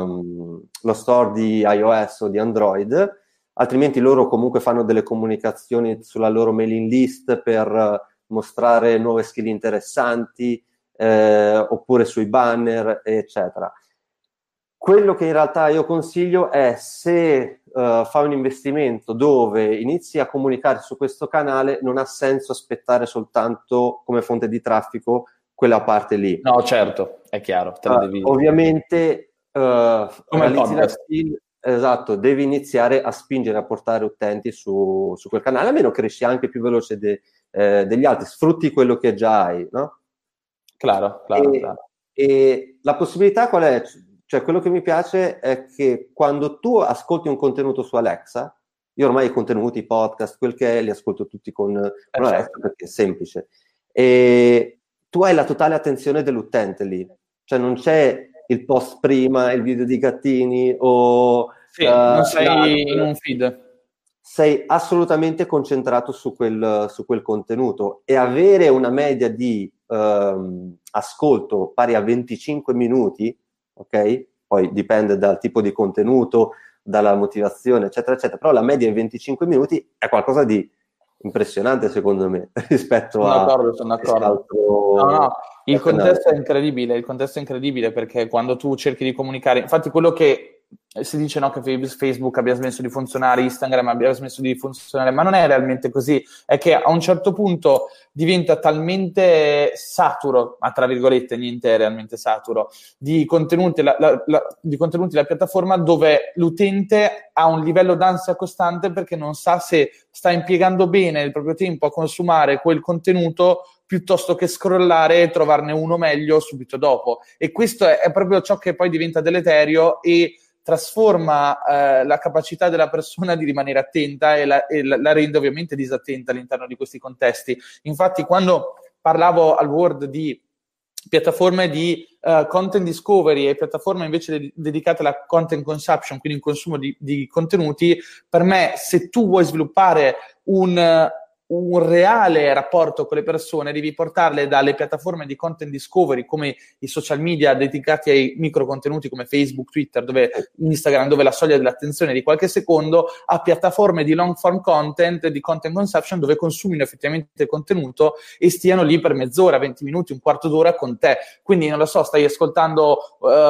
lo store di iOS o di Android, altrimenti loro comunque fanno delle comunicazioni sulla loro mailing list per uh, mostrare nuove skill interessanti, eh, oppure sui banner, eccetera. Quello che in realtà io consiglio è, se uh, fai un investimento dove inizi a comunicare su questo canale, non ha senso aspettare soltanto come fonte di traffico quella parte lì. No, certo, è chiaro. Te uh, devi... Ovviamente uh, realizzi la skill, esatto, devi iniziare a spingere, a portare utenti su, su quel canale, almeno cresci anche più veloce de, eh, degli altri, sfrutti quello che già hai, no? Claro, claro, e, claro. E la possibilità qual è? Cioè, quello che mi piace è che quando tu ascolti un contenuto su Alexa, io ormai i contenuti, i podcast, quel che è, li ascolto tutti con, con Alexa, perché è semplice. E tu hai la totale attenzione dell'utente lì. Cioè, non c'è il post prima, il video di gattini o... Sì, uh, non sei in un feed. Sei assolutamente concentrato su quel, su quel contenuto, e avere una media di um, ascolto pari a venticinque minuti, ok? Poi dipende dal tipo di contenuto, dalla motivazione, eccetera, eccetera, però la media è venticinque minuti, è qualcosa di impressionante secondo me rispetto sono a... d'accordo, sono d'accordo. Altro... No, no, il contesto è incredibile, il contesto è incredibile, perché quando tu cerchi di comunicare, infatti quello che si dice, no, che Facebook abbia smesso di funzionare, Instagram abbia smesso di funzionare, ma non è realmente così, è che a un certo punto diventa talmente saturo, ma tra virgolette niente è realmente saturo, di contenuti la, la, la, di contenuti la piattaforma, dove l'utente ha un livello d'ansia costante perché non sa se sta impiegando bene il proprio tempo a consumare quel contenuto piuttosto che scrollare e trovarne uno meglio subito dopo. E questo è, è proprio ciò che poi diventa deleterio e trasforma eh, la capacità della persona di rimanere attenta e la, e la, la rende ovviamente disattenta all'interno di questi contesti. Infatti, quando parlavo al World di piattaforme di uh, content discovery e piattaforme invece de- dedicate alla content consumption, quindi il consumo di, di contenuti, per me, se tu vuoi sviluppare un... un reale rapporto con le persone, devi portarle dalle piattaforme di content discovery come i social media dedicati ai micro contenuti come Facebook, Twitter, dove Instagram, dove la soglia dell'attenzione è di qualche secondo, a piattaforme di long form content, di content consumption, dove consumino effettivamente il contenuto e stiano lì per mezz'ora, venti minuti, un quarto d'ora con te. Quindi non lo so, stai ascoltando uh,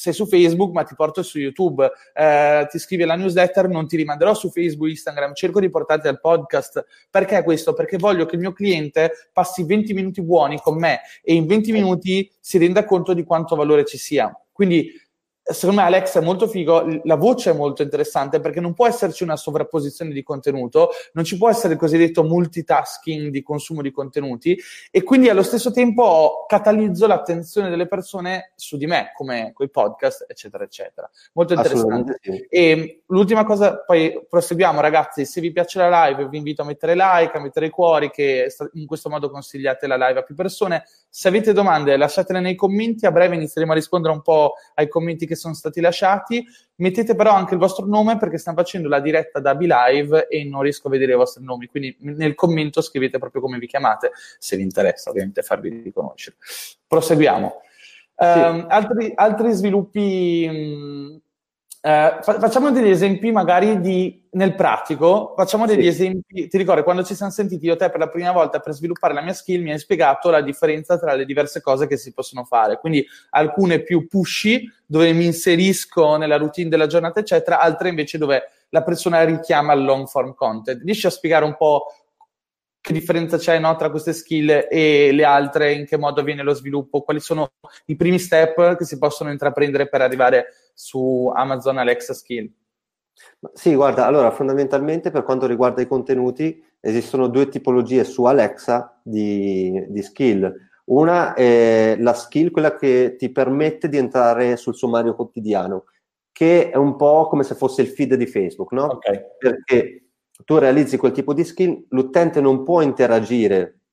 sei su Facebook ma ti porto su YouTube, eh, ti iscrivi alla newsletter, non ti rimanderò su Facebook, Instagram, cerco di portarti al podcast. Perché questo? Perché voglio che il mio cliente passi venti minuti buoni con me e in venti minuti si renda conto di quanto valore ci sia. Quindi secondo me Alexa è molto figo, la voce è molto interessante perché non può esserci una sovrapposizione di contenuto, non ci può essere il cosiddetto multitasking di consumo di contenuti, e quindi allo stesso tempo catalizzo l'attenzione delle persone su di me, come coi podcast, eccetera, eccetera. Molto interessante. Sì. E l'ultima cosa, poi proseguiamo, ragazzi, se vi piace la live vi invito a mettere like, a mettere i cuori, che in questo modo consigliate la live a più persone. Se avete domande lasciatele nei commenti, a breve inizieremo a rispondere un po' ai commenti che sono stati lasciati. Mettete però anche il vostro nome perché stiamo facendo la diretta da BeLive e non riesco a vedere i vostri nomi, quindi nel commento scrivete proprio come vi chiamate, se vi interessa ovviamente farvi riconoscere. Proseguiamo. Sì. Um, altri, altri sviluppi... Mh, Uh, fa- facciamo degli esempi magari di, nel pratico, facciamo degli sì. esempi. Ti ricordi quando ci siamo sentiti io e te per la prima volta per sviluppare la mia skill, mi hai spiegato la differenza tra le diverse cose che si possono fare, quindi alcune più pushy dove mi inserisco nella routine della giornata eccetera, altre invece dove la persona richiama il long form content. Riesci a spiegare un po' che differenza c'è, no, tra queste skill e le altre, in che modo avviene lo sviluppo, quali sono i primi step che si possono intraprendere per arrivare su Amazon Alexa Skill? Sì, guarda, allora fondamentalmente per quanto riguarda i contenuti esistono due tipologie su Alexa di, di skill. Una è la skill, quella che ti permette di entrare sul sommario quotidiano, che è un po' come se fosse il feed di Facebook, no? Okay. Perché tu realizzi quel tipo di skill, l'utente non può interagire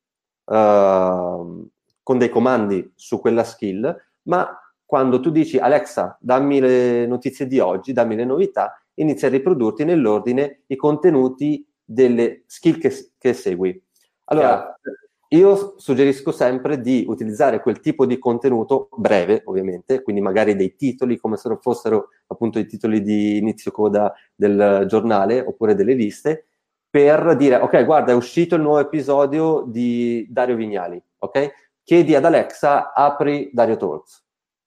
uh, con dei comandi su quella skill, ma quando tu dici Alexa, dammi le notizie di oggi, dammi le novità, inizia a riprodurti nell'ordine i contenuti delle skill che, che segui. Allora, yeah. io suggerisco sempre di utilizzare quel tipo di contenuto breve, ovviamente, quindi magari dei titoli, come se fossero appunto i titoli di inizio coda del giornale, oppure delle liste, per dire, ok, guarda, è uscito il nuovo episodio di Dario Vignali, ok? Chiedi ad Alexa, apri Dario Talks.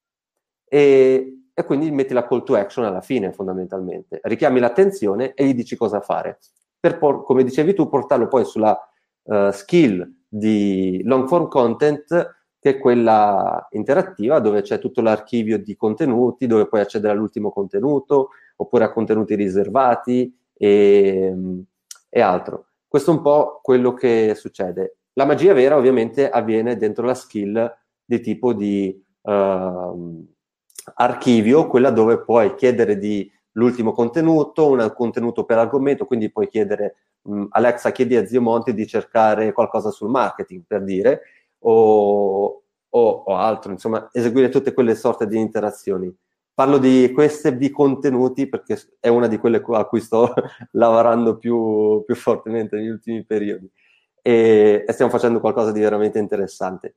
E, e quindi metti la call to action alla fine, fondamentalmente. Richiami l'attenzione e gli dici cosa fare. Per, por- come dicevi tu, portarlo poi sulla uh, skill di long form content, che è quella interattiva, dove c'è tutto l'archivio di contenuti, dove puoi accedere all'ultimo contenuto, oppure a contenuti riservati e, e altro. Questo è un po' quello che succede. La magia vera, ovviamente, avviene dentro la skill di tipo di... Uh, archivio, quella dove puoi chiedere di l'ultimo contenuto, un contenuto per argomento, quindi puoi chiedere mh, Alexa, chiedi a Zio Monti di cercare qualcosa sul marketing, per dire, o, o, o altro, insomma, eseguire tutte quelle sorte di interazioni. Parlo di queste di contenuti perché è una di quelle a cui sto lavorando più, più fortemente negli ultimi periodi e, e stiamo facendo qualcosa di veramente interessante.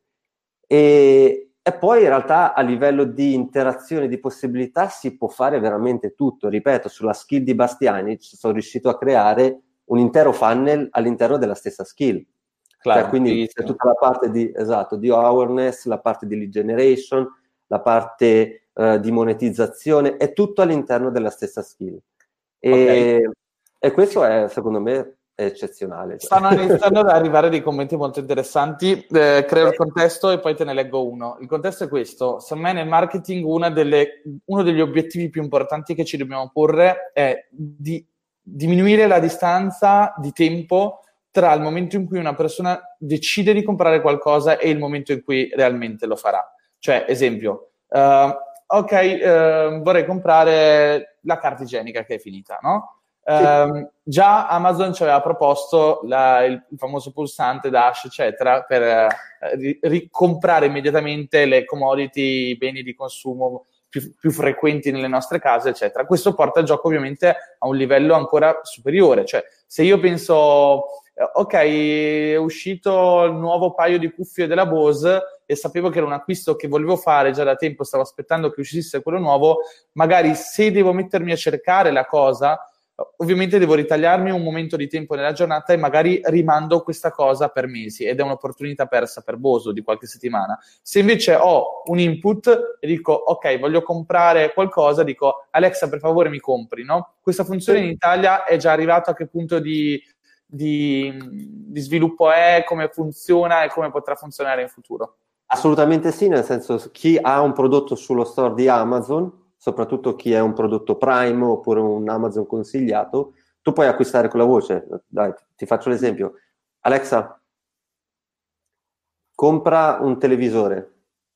E E poi in realtà a livello di interazione, di possibilità, si può fare veramente tutto. Ripeto, sulla skill di Bastianic sono riuscito a creare un intero funnel all'interno della stessa skill. Claro, cioè, quindi c'è tutta la parte di, esatto, di awareness, la parte di lead generation, la parte uh, di monetizzazione, è tutto all'interno della stessa skill. E, okay. e questo è, secondo me, è eccezionale. Stanno iniziando ad arrivare dei commenti molto interessanti. Eh, creo il contesto e poi te ne leggo uno. Il contesto è questo: secondo me nel marketing una delle, uno degli obiettivi più importanti che ci dobbiamo porre è di diminuire la distanza di tempo tra il momento in cui una persona decide di comprare qualcosa e il momento in cui realmente lo farà. Cioè, esempio, uh, ok, uh, vorrei comprare la carta igienica che è finita, no? Sì. Um, già Amazon ci aveva proposto la, il, il famoso pulsante Dash eccetera per uh, ri- ricomprare immediatamente le commodity, i beni di consumo più, più frequenti nelle nostre case eccetera. Questo porta il gioco ovviamente a un livello ancora superiore, cioè se io penso ok, è uscito il nuovo paio di cuffie della Bose e sapevo che era un acquisto che volevo fare già da tempo, stavo aspettando che uscisse quello nuovo, magari se devo mettermi a cercare la cosa ovviamente devo ritagliarmi un momento di tempo nella giornata e magari rimando questa cosa per mesi ed è un'opportunità persa per Boso di qualche settimana. Se invece ho un input e dico ok, voglio comprare qualcosa, dico Alexa per favore mi compri, no? Questa funzione in Italia è già arrivata a che punto di, di, di sviluppo è, come funziona e come potrà funzionare in futuro? Assolutamente sì, nel senso chi ha un prodotto sullo store di Amazon, soprattutto chi è un prodotto Prime oppure un Amazon consigliato, tu puoi acquistare con la voce. Dai, ti faccio l'esempio. Alexa, compra un televisore.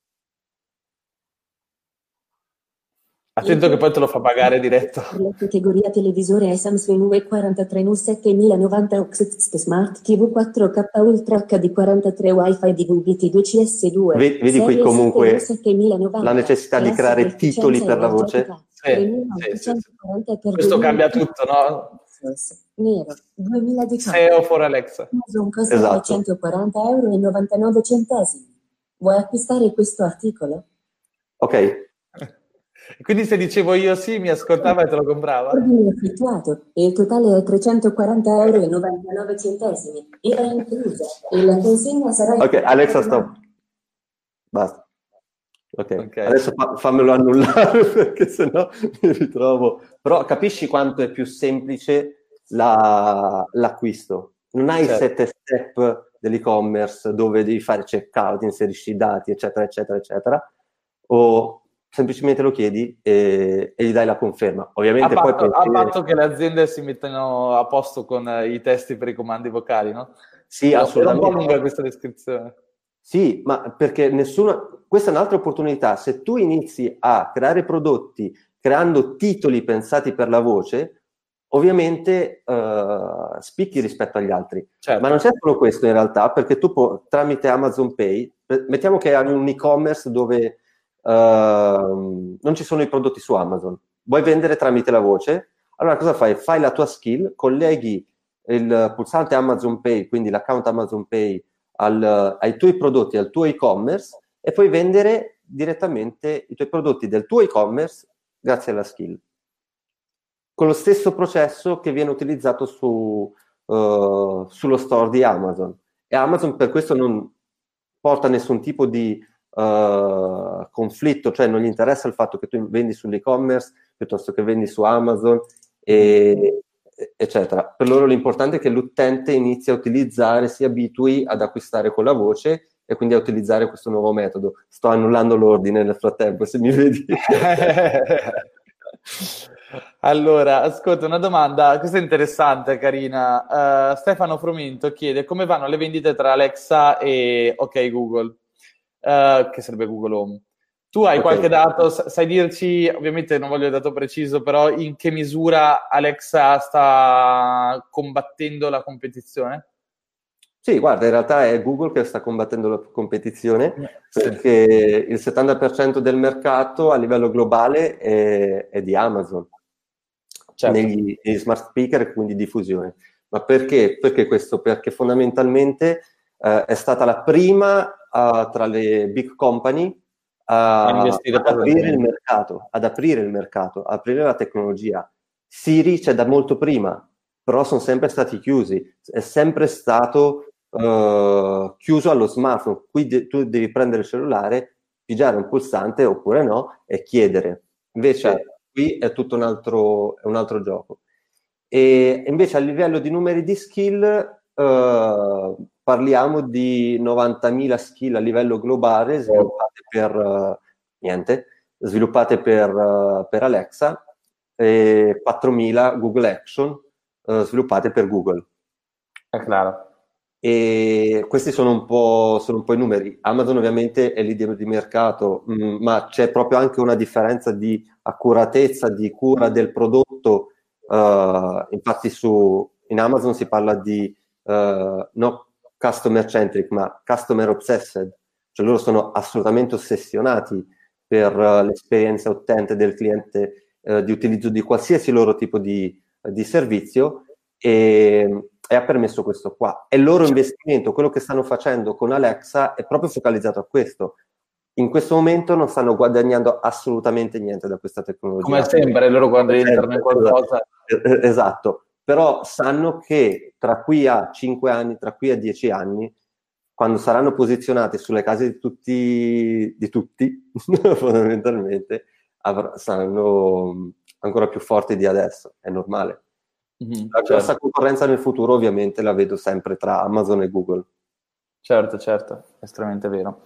Attento che poi te lo fa pagare diretto. La categoria televisore è Samsung U E quarantatré Nu settemila novanta Smart T V quattro K Ultra H D quarantatré Wi-Fi D V B T due C S due. Vedi, vedi qui comunque la necessità di creare titoli per la voce? Sì, sì, sì, sì. Questo cambia tutto, no? Nero, duemiladiciotto. S E O for Alexa. Amazon costa Esatto. trecentoquaranta euro e novantanove centesimi. Vuoi acquistare questo articolo? Ok. Quindi se dicevo io sì, mi ascoltava e te lo comprava. Ordine effettuato e il totale è trecentoquaranta euro e novantanove centesimi. Era inclusa e la consegna sarà... Ok, Alexa, stop. Basta. Ok, okay. Adesso fa- fammelo annullare perché sennò mi ritrovo. Però capisci quanto è più semplice la- l'acquisto. Non hai certo. sette step dell'e-commerce dove devi fare checkout, inserisci i dati, eccetera, eccetera, eccetera. O semplicemente lo chiedi e, e gli dai la conferma. Ovviamente a poi patto, puoi... a patto che le aziende si mettano a posto con eh, i testi per i comandi vocali, no? Sì, Era assolutamente. un po' lunga questa descrizione. Sì, ma perché nessuna... Questa è un'altra opportunità. Se tu inizi a creare prodotti creando titoli pensati per la voce, ovviamente uh, spicchi rispetto agli altri. Certo. Ma non c'è solo questo in realtà, perché tu puoi, tramite Amazon Pay, mettiamo che hai un e-commerce dove uh, non ci sono i prodotti su Amazon, vuoi vendere tramite la voce, allora cosa fai? Fai la tua skill, colleghi il pulsante Amazon Pay, quindi l'account Amazon Pay, al, ai tuoi prodotti, al tuo e-commerce, e puoi vendere direttamente i tuoi prodotti del tuo e-commerce grazie alla skill. Con lo stesso processo che viene utilizzato su, uh, sullo store di Amazon. E Amazon per questo non porta nessun tipo di uh, conflitto, cioè non gli interessa il fatto che tu vendi sull'e-commerce piuttosto che vendi su Amazon, e, eccetera. Per loro l'importante è che l'utente inizi a utilizzare, si abitui ad acquistare con la voce e quindi a utilizzare questo nuovo metodo. Sto annullando l'ordine nel frattempo, se mi vedi. Allora, ascolta, una domanda, questa è interessante, carina. Uh, Stefano Frumento chiede come vanno le vendite tra Alexa e OK Google, uh, che sarebbe Google Home. Tu hai okay. qualche dato, sai dirci, ovviamente non voglio il dato preciso, però in che misura Alexa sta combattendo la competizione? Sì, guarda, in realtà è Google che sta combattendo la competizione, sì. perché il settanta per cento del mercato a livello globale è, è di Amazon, certo. negli, negli smart speaker e quindi diffusione. Ma perché? Perché questo? Perché fondamentalmente eh, è stata la prima uh, tra le big company a, ad aprire il mercato, ad aprire il mercato, ad aprire la tecnologia. Siri c'è da molto prima, però sono sempre stati chiusi, è sempre stato uh, chiuso allo smartphone. Qui de- tu devi prendere il cellulare, pigiare un pulsante oppure no e chiedere. Invece certo. qui è tutto un altro, è un altro gioco. E invece a livello di numeri di skill uh, parliamo di novantamila skill a livello globale sviluppate per uh, niente, sviluppate per, uh, per Alexa, e quattromila Google Action uh, sviluppate per Google. È chiaro. E questi sono un po', sono un po' i numeri. Amazon ovviamente è leader di mercato, mh, ma c'è proprio anche una differenza di accuratezza, di cura del prodotto. Uh, infatti su, in Amazon si parla di uh, no customer centric, ma customer obsessed, cioè loro sono assolutamente ossessionati per uh, l'esperienza utente del cliente uh, di utilizzo di qualsiasi loro tipo di, uh, di servizio, e, e ha permesso questo qua. E il loro investimento, quello che stanno facendo con Alexa, è proprio focalizzato a questo. in questo momento non stanno guadagnando assolutamente niente da questa tecnologia. Come sempre, loro quando entrano in qualcosa... Esatto, però sanno che tra qui a cinque anni, tra qui a dieci anni, quando saranno posizionati sulle case di tutti, di tutti fondamentalmente, avr- saranno ancora più forti di adesso, è normale. Mm-hmm, la grossa certo. concorrenza nel futuro ovviamente la vedo sempre tra Amazon e Google. Certo, certo, estremamente vero.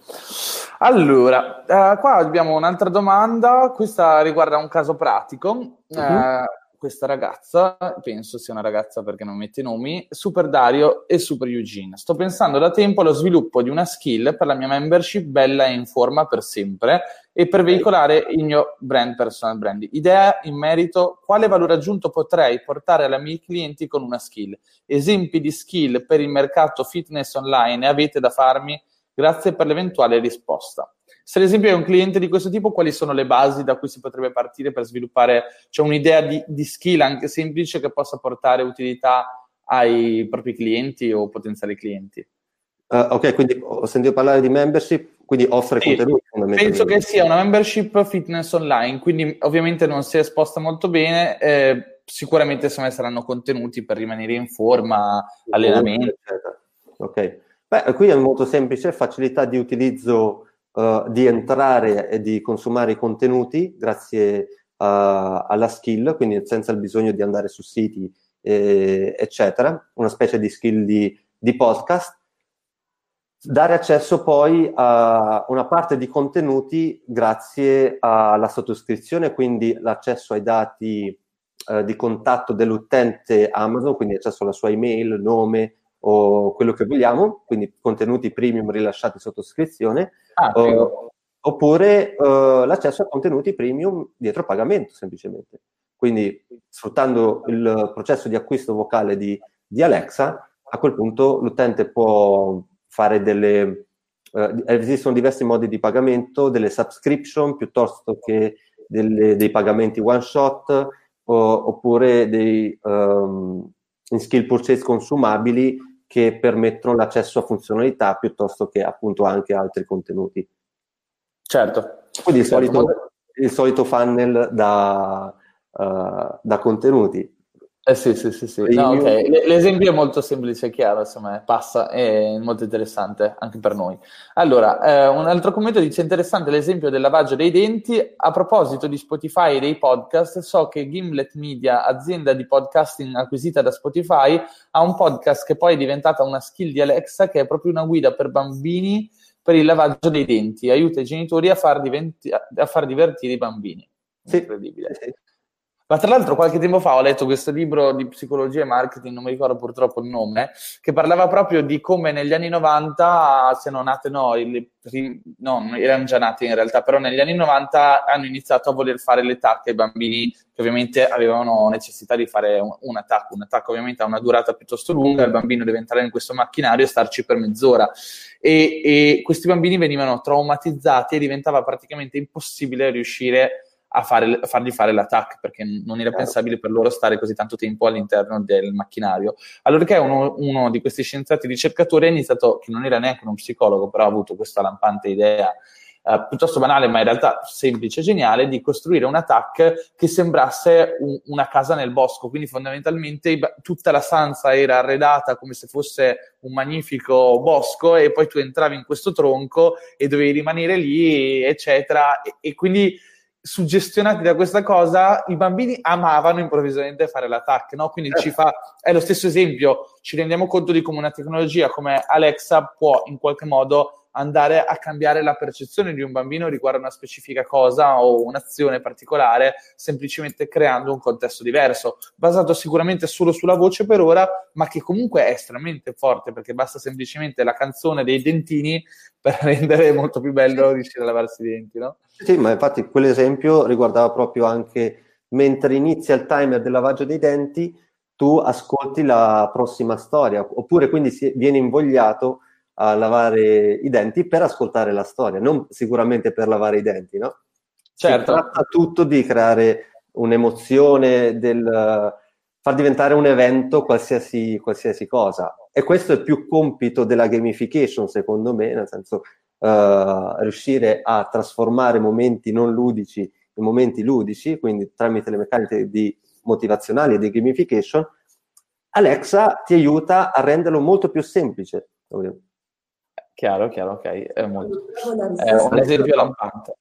Allora, eh, qua abbiamo un'altra domanda, questa riguarda un caso pratico. Uh-huh. Eh, questa ragazza, penso sia una ragazza perché non mette i nomi, Super Dario e Super Eugene. Sto pensando da tempo allo sviluppo di una skill per la mia membership bella e in forma per sempre e per veicolare il mio brand, personal brand. Idea in merito, quale valore aggiunto potrei portare ai miei clienti con una skill? Esempi di skill per il mercato fitness online avete da farmi? Grazie per l'eventuale risposta. Se ad esempio è un cliente di questo tipo, quali sono le basi da cui si potrebbe partire per sviluppare, cioè un'idea di, di skill anche semplice che possa portare utilità ai propri clienti o potenziali clienti? Uh, ok, quindi ho sentito parlare di membership, quindi offre Sì, contenuti fondamentalmente. penso che sia una membership fitness online, quindi ovviamente non si è esposta molto bene, eh, sicuramente insomma saranno contenuti per rimanere in forma, allenamento. Eccetera. Ok, beh, qui è molto semplice, facilità di utilizzo, uh, di entrare e di consumare i contenuti grazie uh, alla skill, quindi senza il bisogno di andare su siti, eh, eccetera, una specie di skill di, di podcast. Dare accesso poi a una parte di contenuti grazie alla sottoscrizione, quindi l'accesso ai dati eh, di contatto dell'utente Amazon, quindi accesso alla sua email, nome o quello che vogliamo, quindi contenuti premium rilasciati sotto iscrizione, Ah, o, oppure eh, l'accesso a contenuti premium dietro pagamento semplicemente. Quindi sfruttando il processo di acquisto vocale di, di Alexa, a quel punto l'utente può fare delle... Eh, esistono diversi modi di pagamento, delle subscription piuttosto che delle, dei pagamenti one shot o, oppure dei um, in skill purchase consumabili che permettono l'accesso a funzionalità piuttosto che appunto anche altri contenuti. Certo. Quindi il, certo, solito, ma... il solito funnel da, uh, da contenuti. Eh sì, sì, sì, sì. No, okay. L'esempio è molto semplice e chiaro, insomma, passa, è molto interessante anche per noi. Allora, eh, un altro commento dice: interessante l'esempio del lavaggio dei denti. A proposito di Spotify e dei podcast, so che Gimlet Media, azienda di podcasting acquisita da Spotify, ha un podcast che poi è diventata una skill di Alexa, che è proprio una guida per bambini per il lavaggio dei denti. Aiuta i genitori a far, diventi- a far divertire i bambini. Sì. Incredibile. Sì. Ma tra l'altro qualche tempo fa ho letto questo libro di psicologia e marketing, non mi ricordo purtroppo il nome, che parlava proprio di come negli anni novanta siano nate, no, le, no, erano già nate in realtà, però negli anni novanta hanno iniziato a voler fare le tacche ai bambini che ovviamente avevano necessità di fare un, un attacco. Un attacco ovviamente ha una durata piuttosto lunga, il bambino deve entrare in questo macchinario e starci per mezz'ora. E, e questi bambini venivano traumatizzati e diventava praticamente impossibile riuscire a, fare, a fargli fare l'attacco, perché non era pensabile per loro stare così tanto tempo all'interno del macchinario. Allora che uno, uno di questi scienziati ricercatori ha iniziato, che non era neanche uno psicologo, però ha avuto questa lampante idea Uh, piuttosto banale, ma in realtà semplice e geniale, di costruire un attack che sembrasse un, una casa nel bosco. Quindi fondamentalmente tutta la stanza era arredata come se fosse un magnifico bosco e poi tu entravi in questo tronco e dovevi rimanere lì, eccetera. E, e quindi, suggestionati da questa cosa, i bambini amavano improvvisamente fare l'attack, no? Quindi ci fa, è lo stesso esempio, ci rendiamo conto di come una tecnologia come Alexa può in qualche modo andare a cambiare la percezione di un bambino riguardo una specifica cosa o un'azione particolare, semplicemente creando un contesto diverso, basato sicuramente solo sulla voce per ora, ma che comunque è estremamente forte, perché basta semplicemente la canzone dei dentini per rendere molto più bello riuscire a lavarsi i denti, no? Sì, ma infatti quell'esempio riguardava proprio anche mentre inizia il timer del lavaggio dei denti, tu ascolti la prossima storia, oppure quindi si viene invogliato a lavare i denti per ascoltare la storia, non sicuramente per lavare i denti, no? Certo. Si tratta tutto di creare un'emozione, del far diventare un evento qualsiasi, qualsiasi cosa. E questo è più compito della gamification, secondo me, nel senso uh, riuscire a trasformare momenti non ludici in momenti ludici, quindi tramite le meccaniche di motivazionali e di gamification, Alexa ti aiuta a renderlo molto più semplice. Chiaro, chiaro, ok. È, molto... è un esempio lampante.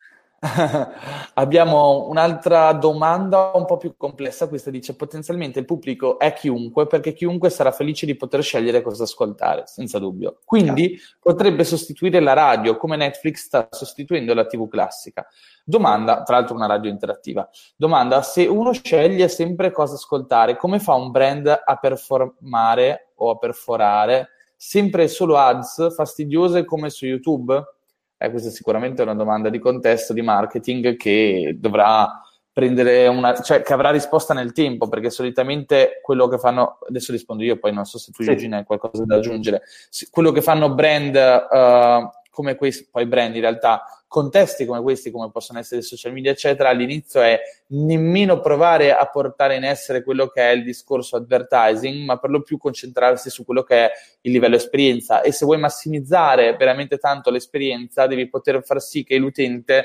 Abbiamo un'altra domanda un po' più complessa. Questa dice: potenzialmente il pubblico è chiunque, perché chiunque sarà felice di poter scegliere cosa ascoltare, senza dubbio. Quindi potrebbe sostituire la radio, come Netflix sta sostituendo la tivù classica. Domanda, tra l'altro una radio interattiva. Domanda: se uno sceglie sempre cosa ascoltare, come fa un brand a performare o a perforare sempre solo ads fastidiose come su YouTube? Eh, questa è sicuramente una domanda di contesto, di marketing, che dovrà prendere una, cioè che avrà risposta nel tempo, perché solitamente quello che fanno, adesso rispondo io, poi non so se tu, sì, Eugene, hai qualcosa da aggiungere, quello che fanno brand uh, come questi, poi brand in realtà, contesti come questi, come possono essere i social media eccetera, all'inizio è nemmeno provare a portare in essere quello che è il discorso advertising, ma per lo più concentrarsi su quello che è il livello esperienza. E se vuoi massimizzare veramente tanto l'esperienza, devi poter far sì che l'utente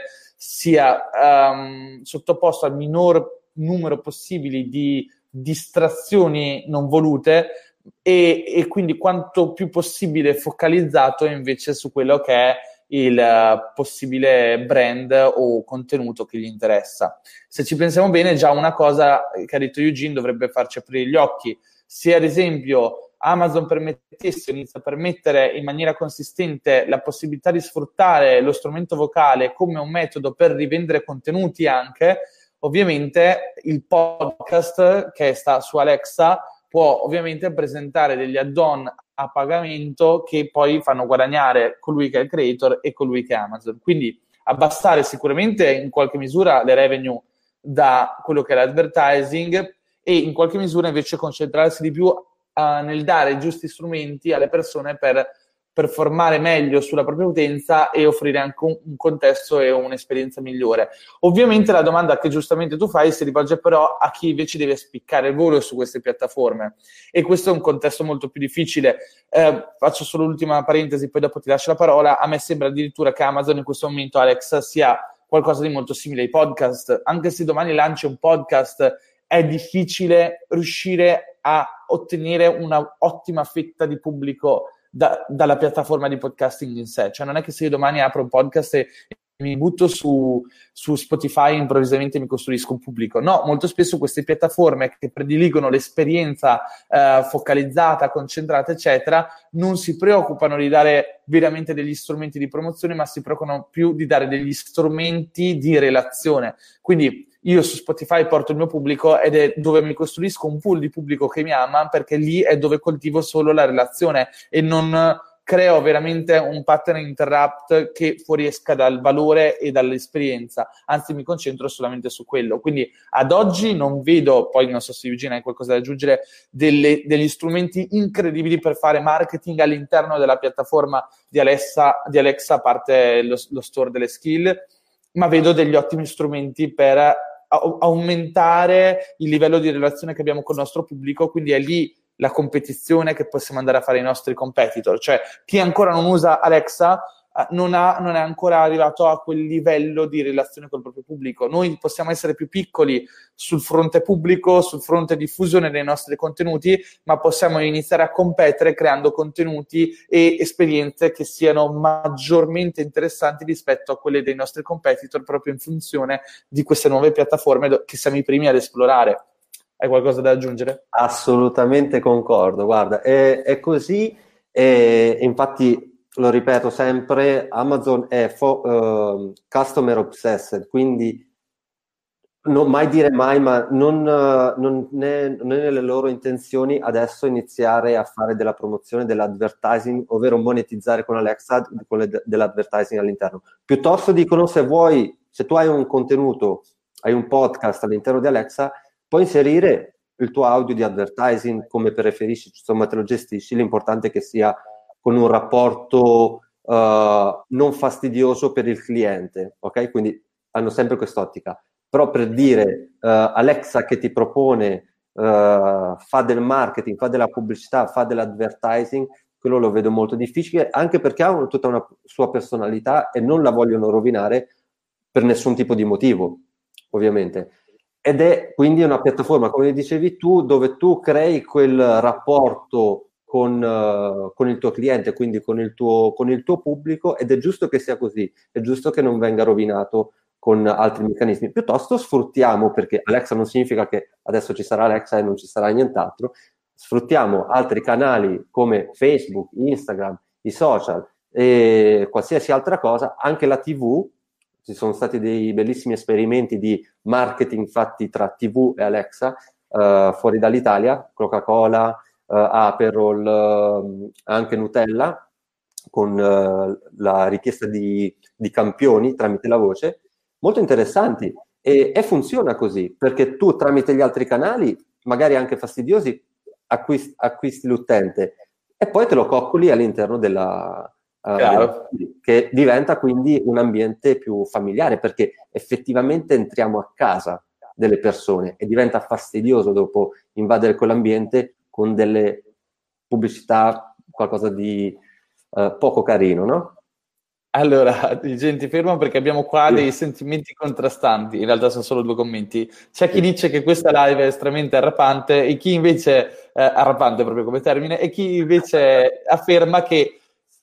sia um, sottoposto al minor numero possibile di distrazioni non volute e, e quindi quanto più possibile focalizzato invece su quello che è il uh, possibile brand o contenuto che gli interessa. Se ci pensiamo bene, già una cosa che ha detto Eugene dovrebbe farci aprire gli occhi. Se ad esempio Amazon permettesse, inizia a permettere in maniera consistente la possibilità di sfruttare lo strumento vocale come un metodo per rivendere contenuti anche, ovviamente il podcast che sta su Alexa può ovviamente presentare degli add-on a pagamento che poi fanno guadagnare colui che è il creator e colui che è Amazon. Quindi abbassare sicuramente in qualche misura le revenue da quello che è l'advertising e in qualche misura invece concentrarsi di più uh, nel dare i giusti strumenti alle persone per performare meglio sulla propria utenza e offrire anche un, un contesto e un'esperienza migliore. Ovviamente la domanda che giustamente tu fai si rivolge però a chi invece deve spiccare il volo su queste piattaforme, e questo è un contesto molto più difficile. Eh, faccio solo l'ultima parentesi, poi dopo ti lascio la parola. A me sembra addirittura che Amazon in questo momento, Alexa, sia qualcosa di molto simile ai podcast. Anche se domani lanci un podcast, è difficile riuscire a ottenere una ottima fetta di pubblico Da, dalla piattaforma di podcasting in sé. Cioè non è che se io domani apro un podcast e, e mi butto su, su Spotify e improvvisamente mi costruisco un pubblico. No, molto spesso queste piattaforme che prediligono l'esperienza eh, focalizzata, concentrata eccetera, non si preoccupano di dare veramente degli strumenti di promozione, ma si preoccupano più di dare degli strumenti di relazione. Quindi io su Spotify porto il mio pubblico ed è dove mi costruisco un pool di pubblico che mi ama, perché lì è dove coltivo solo la relazione e non creo veramente un pattern interrupt che fuoriesca dal valore e dall'esperienza, anzi mi concentro solamente su quello. Quindi ad oggi non vedo, poi non so se Eugene hai qualcosa da aggiungere, delle, degli strumenti incredibili per fare marketing all'interno della piattaforma di Alexa, di Alexa a parte lo, lo store delle skill, ma vedo degli ottimi strumenti per aumentare il livello di relazione che abbiamo con il nostro pubblico, quindi è lì la competizione che possiamo andare a fare ai nostri competitor. Cioè chi ancora non usa Alexa non, ha, non è ancora arrivato a quel livello di relazione col proprio pubblico. Noi possiamo essere più piccoli sul fronte pubblico, sul fronte diffusione dei nostri contenuti, ma possiamo iniziare a competere creando contenuti e esperienze che siano maggiormente interessanti rispetto a quelle dei nostri competitor, proprio in funzione di queste nuove piattaforme che siamo i primi ad esplorare. Hai qualcosa da aggiungere? Assolutamente concordo, guarda, è, è così, e infatti lo ripeto sempre, Amazon è fo- uh, customer obsessed, quindi non mai dire mai, ma non, uh, non, è, non è nelle loro intenzioni adesso iniziare a fare della promozione, dell'advertising, ovvero monetizzare con Alexa con le, dell'advertising all'interno. Piuttosto dicono, se vuoi, se tu hai un contenuto, hai un podcast all'interno di Alexa, puoi inserire il tuo audio di advertising come preferisci, insomma te lo gestisci, l'importante è che sia con un rapporto uh, non fastidioso per il cliente, ok? Quindi hanno sempre quest'ottica. Però per dire uh, Alexa che ti propone, uh, fa del marketing, fa della pubblicità, fa dell'advertising, quello lo vedo molto difficile, anche perché ha un, tutta una sua personalità e non la vogliono rovinare per nessun tipo di motivo, ovviamente. Ed è quindi una piattaforma, come dicevi tu, dove tu crei quel rapporto con, uh, con il tuo cliente, quindi con il tuo, con il tuo pubblico, ed è giusto che sia così, è giusto che non venga rovinato con altri meccanismi. Piuttosto sfruttiamo, perché Alexa non significa che adesso ci sarà Alexa e non ci sarà nient'altro, sfruttiamo altri canali come Facebook, Instagram, i social e qualsiasi altra cosa, anche la tivù. Ci sono stati dei bellissimi esperimenti di marketing fatti tra tivù e Alexa uh, fuori dall'Italia, Coca-Cola, uh, Aperol, uh, anche Nutella, con uh, la richiesta di, di campioni tramite la voce, molto interessanti. E, e funziona così, perché tu tramite gli altri canali, magari anche fastidiosi, acquisti, acquisti l'utente e poi te lo coccoli all'interno della... Uh, che diventa quindi un ambiente più familiare, perché effettivamente entriamo a casa delle persone e diventa fastidioso dopo invadere quell'ambiente con delle pubblicità, qualcosa di uh, poco carino, no? Allora, gente, fermo perché abbiamo qua dei sentimenti contrastanti, in realtà sono solo due commenti. C'è chi dice che questa live è estremamente arrapante e chi invece, eh, arrapante proprio come termine, e chi invece afferma che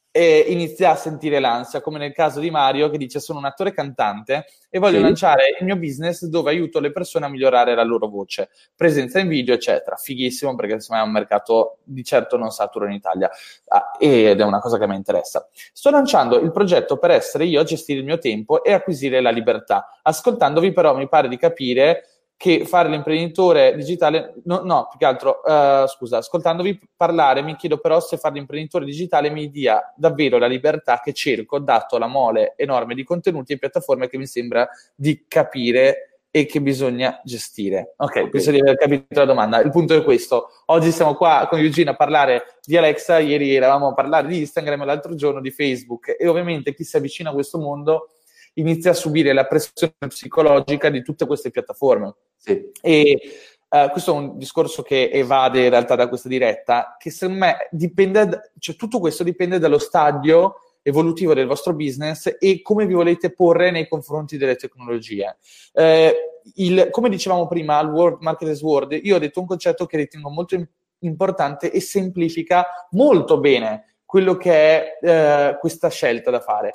e inizia a sentire l'ansia, come nel caso di Mario che dice: sono un attore cantante e voglio sì. lanciare il mio business dove aiuto le persone a migliorare la loro voce, presenza in video eccetera. Fighissimo, perché secondo me è un mercato di certo non saturo in Italia, ah, ed è una cosa che mi interessa. Sto lanciando il progetto per essere io a gestire il mio tempo e acquisire la libertà. Ascoltandovi però mi pare di capire che fare l'imprenditore digitale, no, no più che altro, uh, scusa, ascoltandovi parlare mi chiedo però se fare l'imprenditore digitale mi dia davvero la libertà che cerco, dato la mole enorme di contenuti e piattaforme che mi sembra di capire e che bisogna gestire. Ok, okay. Penso di aver capito la domanda. Il punto è questo. Oggi siamo qua con Eugene a parlare di Alexa, ieri eravamo a parlare di Instagram e l'altro giorno di Facebook, e ovviamente chi si avvicina a questo mondo inizia a subire la pressione psicologica di tutte queste piattaforme. Sì. E uh, questo è un discorso che evade in realtà da questa diretta, che secondo me dipende, cioè tutto questo dipende dallo stadio evolutivo del vostro business e come vi volete porre nei confronti delle tecnologie. Eh, il, come dicevamo prima, al World Marketers World, io ho detto un concetto che ritengo molto in- importante e semplifica molto bene quello che è eh, questa scelta da fare.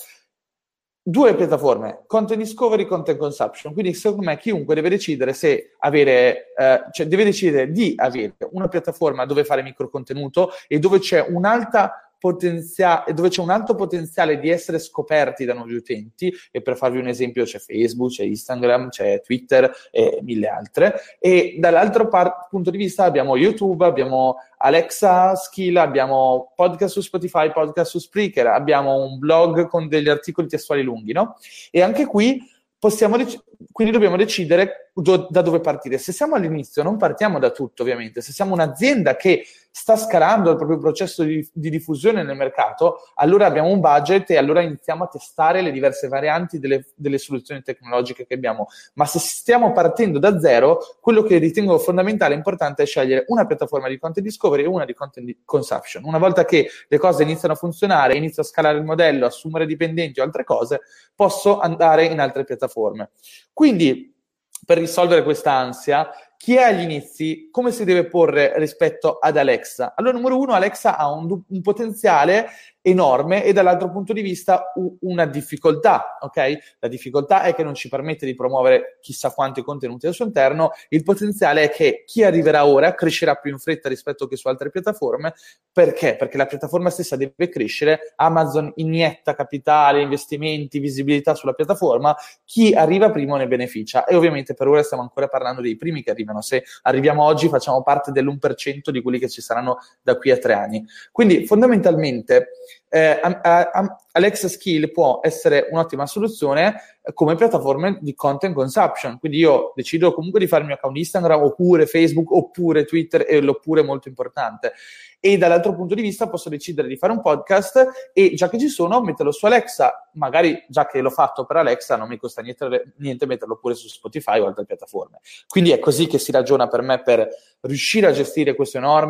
Due piattaforme, content discovery, content consumption. Quindi secondo me chiunque deve decidere se avere, eh, cioè deve decidere di avere una piattaforma dove fare microcontenuto e dove c'è un'alta potenziale, dove c'è un alto potenziale di essere scoperti da nuovi utenti, e per farvi un esempio c'è Facebook, c'è Instagram, c'è Twitter e mille altre, e dall'altro par- punto di vista abbiamo YouTube, abbiamo Alexa Skill, abbiamo podcast su Spotify, podcast su Spreaker, abbiamo un blog con degli articoli testuali lunghi, no? E anche qui possiamo dec- quindi dobbiamo decidere do- da dove partire. Se siamo all'inizio non partiamo da tutto, ovviamente. Se siamo un'azienda che sta scalando il proprio processo di, di diffusione nel mercato, allora abbiamo un budget e allora iniziamo a testare le diverse varianti delle, delle soluzioni tecnologiche che abbiamo. Ma se stiamo partendo da zero, quello che ritengo fondamentale e importante è scegliere una piattaforma di content discovery e una di content consumption. Una volta che le cose iniziano a funzionare, inizio a scalare il modello, assumere dipendenti o altre cose, posso andare in altre piattaforme. Quindi, per risolvere questa ansia, chi è agli inizi, come si deve porre rispetto ad Alexa? Allora, numero uno, Alexa ha un, un potenziale enorme e dall'altro punto di vista u- una difficoltà, ok? La difficoltà è che non ci permette di promuovere chissà quanti contenuti al suo interno. Il potenziale è che chi arriverà ora crescerà più in fretta rispetto che su altre piattaforme. Perché? Perché la piattaforma stessa deve crescere, Amazon inietta capitale, investimenti, visibilità sulla piattaforma, chi arriva primo ne beneficia, e ovviamente per ora stiamo ancora parlando dei primi che arrivano. Se arriviamo oggi facciamo parte dell'uno per cento di quelli che ci saranno da qui a tre anni. Quindi fondamentalmente Eh, a, a, Alexa Skill può essere un'ottima soluzione come piattaforma di content consumption. Quindi io decido comunque di fare il mio account Instagram oppure Facebook oppure Twitter, e l'oppure è molto importante. E dall'altro punto di vista posso decidere di fare un podcast e, già che ci sono, metterlo su Alexa. Magari già che l'ho fatto per Alexa non mi costa niente, niente metterlo pure su Spotify o altre piattaforme. Quindi è così che si ragiona per me per riuscire a gestire questo enorme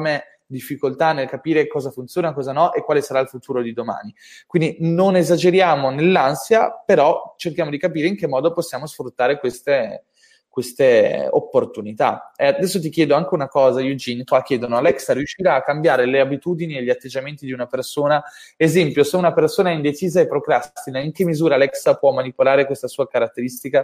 difficoltà nel capire cosa funziona, cosa no e quale sarà il futuro di domani. Quindi non esageriamo nell'ansia, però cerchiamo di capire in che modo possiamo sfruttare queste, queste opportunità. E adesso ti chiedo anche una cosa, Eugene, qua chiedono: Alexa riuscirà a cambiare le abitudini e gli atteggiamenti di una persona? Esempio, se una persona è indecisa e procrastina, in che misura Alexa può manipolare questa sua caratteristica?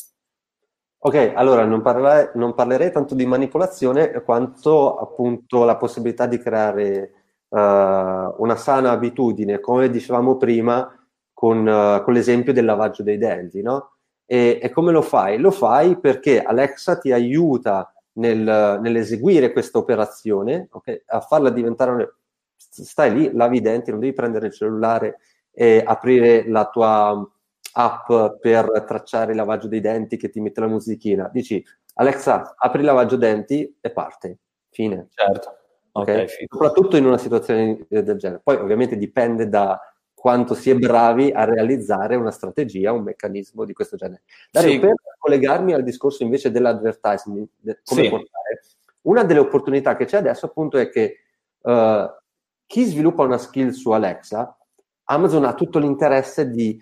Ok, allora non, parla- non parlerei tanto di manipolazione quanto appunto la possibilità di creare uh, una sana abitudine, come dicevamo prima con, uh, con l'esempio del lavaggio dei denti, no? E, e come lo fai? Lo fai perché Alexa ti aiuta nel, nell'eseguire questa operazione, okay? A farla diventare... Un... Stai lì, lavi i denti, non devi prendere il cellulare e aprire la tua app per tracciare il lavaggio dei denti che ti mette la musichina. Dici: Alexa, apri il lavaggio denti e parte. Fine. Certo. Okay? Okay, soprattutto in una situazione del genere. Poi ovviamente dipende da quanto si è bravi a realizzare una strategia, un meccanismo di questo genere. Dario, sì. Per collegarmi al discorso invece dell'advertising, de- come sì. portare, una delle opportunità che c'è adesso appunto è che uh, chi sviluppa una skill su Alexa, Amazon ha tutto l'interesse di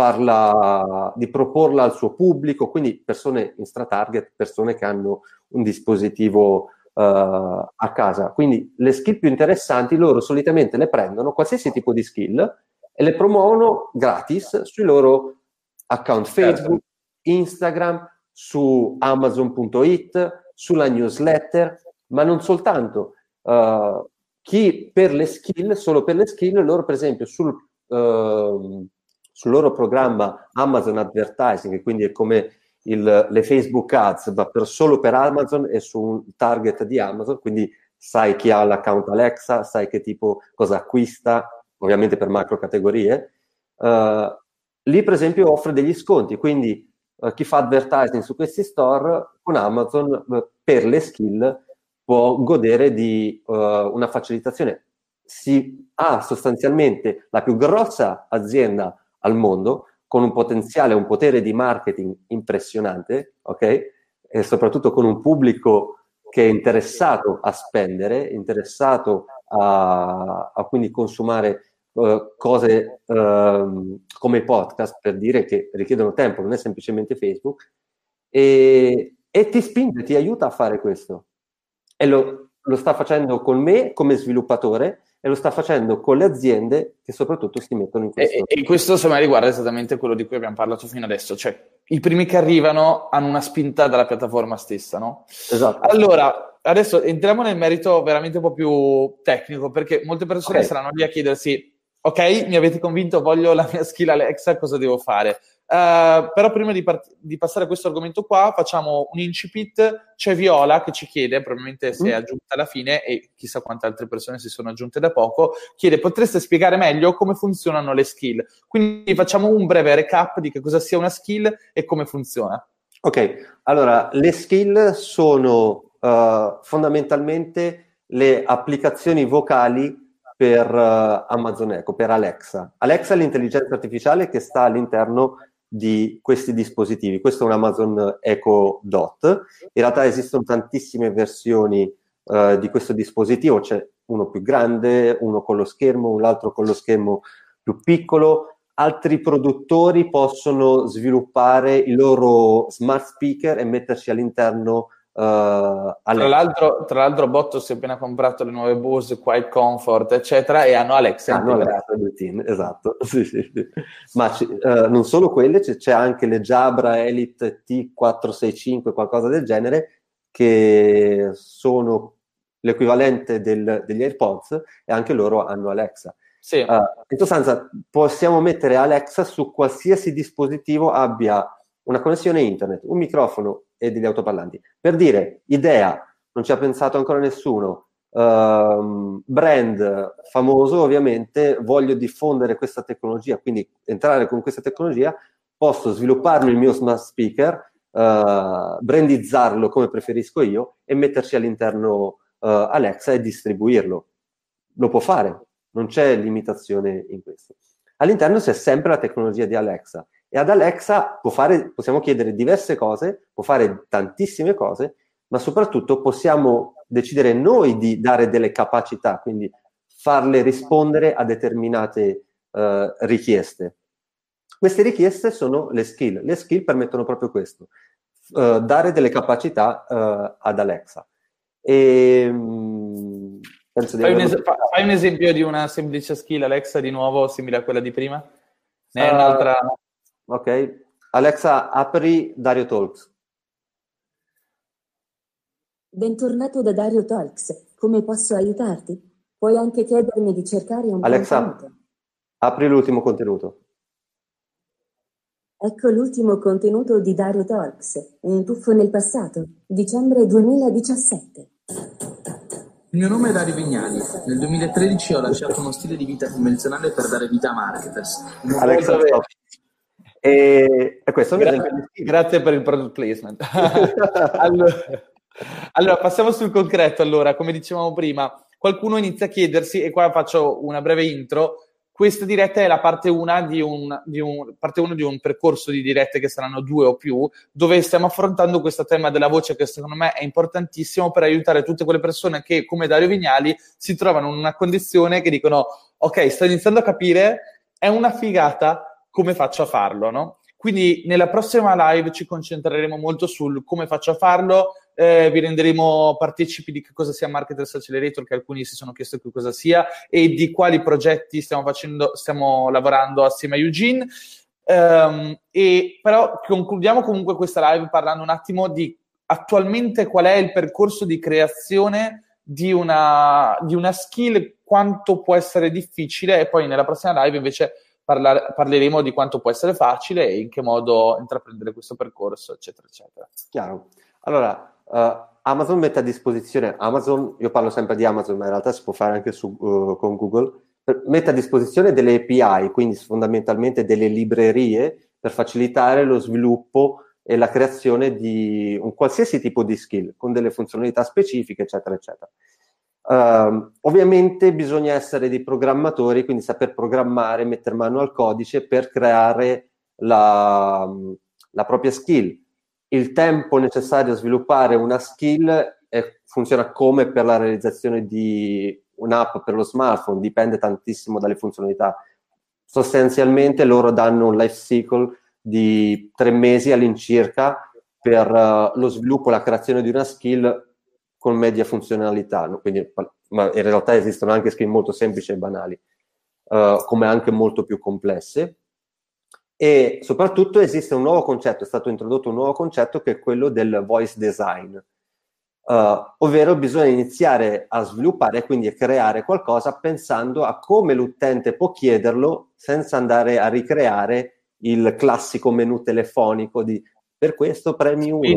farla, di proporla al suo pubblico, quindi persone in stra-target, persone che hanno un dispositivo uh, a casa. Quindi le skill più interessanti loro solitamente le prendono, qualsiasi tipo di skill, e le promuovono gratis sui loro account Facebook, Instagram, su Amazon punto it, sulla newsletter, ma non soltanto. Uh, chi per le skill, solo per le skill, loro per esempio sul, uh, sul loro programma Amazon Advertising, quindi è come il, le Facebook Ads, ma per, solo per Amazon e su un target di Amazon, quindi sai chi ha l'account Alexa, sai che tipo, cosa acquista, ovviamente per macro categorie. Uh, lì per esempio offre degli sconti, quindi uh, chi fa advertising su questi store con Amazon uh, per le skill può godere di uh, una facilitazione. Si ha sostanzialmente la più grossa azienda al mondo con un potenziale, un potere di marketing impressionante, ok? E soprattutto con un pubblico che è interessato a spendere, interessato a, a quindi consumare Uh, cose uh, come i podcast, per dire, che richiedono tempo, non è semplicemente Facebook, e, e ti spinge, ti aiuta a fare questo. E lo, lo sta facendo con me come sviluppatore e lo sta facendo con le aziende che soprattutto si mettono in questo. E, e questo secondo me riguarda esattamente quello di cui abbiamo parlato fino adesso, cioè i primi che arrivano hanno una spinta dalla piattaforma stessa, no? Esatto. Allora, adesso entriamo nel merito veramente un po' più tecnico, perché molte persone okay. saranno lì a chiedersi: ok, mi avete convinto, voglio la mia skill Alexa, cosa devo fare? Uh, però prima di, part- di passare a questo argomento qua, facciamo un incipit. C'è Viola che ci chiede, probabilmente si è aggiunta alla fine e chissà quante altre persone si sono aggiunte da poco, chiede: potreste spiegare meglio come funzionano le skill? Quindi facciamo un breve recap di che cosa sia una skill e come funziona. Ok, allora le skill sono uh, fondamentalmente le applicazioni vocali per uh, Amazon Echo, per Alexa. Alexa è l'intelligenza artificiale che sta all'interno di questi dispositivi. Questo è un Amazon Echo Dot. In realtà esistono tantissime versioni uh, di questo dispositivo, c'è uno più grande, uno con lo schermo, un altro con lo schermo più piccolo. Altri produttori possono sviluppare i loro smart speaker e metterci all'interno Uh, tra, l'altro, tra l'altro Botto si è appena comprato le nuove Bose Quiet Comfort eccetera e hanno Alexa hanno Alexa built-in, esatto. Sì, sì, sì. Ma c- uh, non solo quelle, c- c'è anche le Jabra Elite T quattrocentosessantacinque, qualcosa del genere, che sono l'equivalente del, degli AirPods, e anche loro hanno Alexa. Sì. Uh, in sostanza possiamo mettere Alexa su qualsiasi dispositivo abbia una connessione internet, un microfono e degli autoparlanti. Per dire, idea, non ci ha pensato ancora nessuno, uh, brand famoso, ovviamente, voglio diffondere questa tecnologia, quindi entrare con questa tecnologia, posso svilupparmi il mio smart speaker, uh, brandizzarlo come preferisco io e metterci all'interno uh, Alexa e distribuirlo. Lo può fare, non c'è limitazione in questo. All'interno c'è sempre la tecnologia di Alexa. E ad Alexa può fare, possiamo chiedere diverse cose, può fare tantissime cose, ma soprattutto possiamo decidere noi di dare delle capacità, quindi farle rispondere a determinate uh, richieste. Queste richieste sono le skill. Le skill permettono proprio questo, uh, dare delle capacità uh, ad Alexa. E, um, penso di fai, un averlo... es- fai un esempio di una semplice skill Alexa, di nuovo, simile a quella di prima? Ne è Uh, un'altra... Ok. Alexa, apri Dario Talks. Bentornato da Dario Talks. Come posso aiutarti? Puoi anche chiedermi di cercare un Alexa, contenuto. apri l'ultimo contenuto. Ecco l'ultimo contenuto di Dario Talks. Un tuffo nel passato. Dicembre duemiladiciassette. Il mio nome è Dario Vignali. Nel duemilatredici ho lasciato uno stile di vita convenzionale per dare vita a marketers. Alexa, stop. E, e questo è un Grazie, esempio di... grazie per il product placement. allora, allora, passiamo sul concreto. Allora, come dicevamo prima, qualcuno inizia a chiedersi, e qua faccio una breve intro, questa diretta è la parte uno di un, di un, parte uno di un percorso di dirette che saranno due o più, dove stiamo affrontando questo tema della voce che secondo me è importantissimo per aiutare tutte quelle persone che, come Dario Vignali, si trovano in una condizione che dicono ok, sto iniziando a capire, è una figata, come faccio a farlo, no? Quindi nella prossima live ci concentreremo molto sul come faccio a farlo, eh, vi renderemo partecipi di che cosa sia Marketers Accelerator, che alcuni si sono chiesti che cosa sia, e di quali progetti stiamo facendo, stiamo lavorando assieme a Eugene. Um, e però concludiamo comunque questa live parlando un attimo di attualmente qual è il percorso di creazione di una, di una skill, quanto può essere difficile, e poi nella prossima live invece Parlar- parleremo di quanto può essere facile e in che modo intraprendere questo percorso, eccetera, eccetera. Chiaro. Allora, uh, Amazon mette a disposizione, Amazon, io parlo sempre di Amazon, ma in realtà si può fare anche su, uh, con Google, mette a disposizione delle A P I, quindi fondamentalmente delle librerie per facilitare lo sviluppo e la creazione di un qualsiasi tipo di skill, con delle funzionalità specifiche, eccetera, eccetera. Uh, ovviamente bisogna essere dei programmatori, quindi saper programmare, mettere mano al codice per creare la, la propria skill. Il tempo necessario a sviluppare una skill è, funziona come per la realizzazione di un'app per lo smartphone, dipende tantissimo dalle funzionalità. Sostanzialmente loro danno un life cycle di tre mesi all'incirca per uh, lo sviluppo e la creazione di una skill con media funzionalità, no? Quindi, ma in realtà esistono anche skill molto semplici e banali, uh, come anche molto più complesse. E soprattutto esiste un nuovo concetto, è stato introdotto un nuovo concetto che è quello del voice design, uh, ovvero bisogna iniziare a sviluppare e quindi a creare qualcosa pensando a come l'utente può chiederlo senza andare a ricreare il classico menu telefonico di per questo premi uno,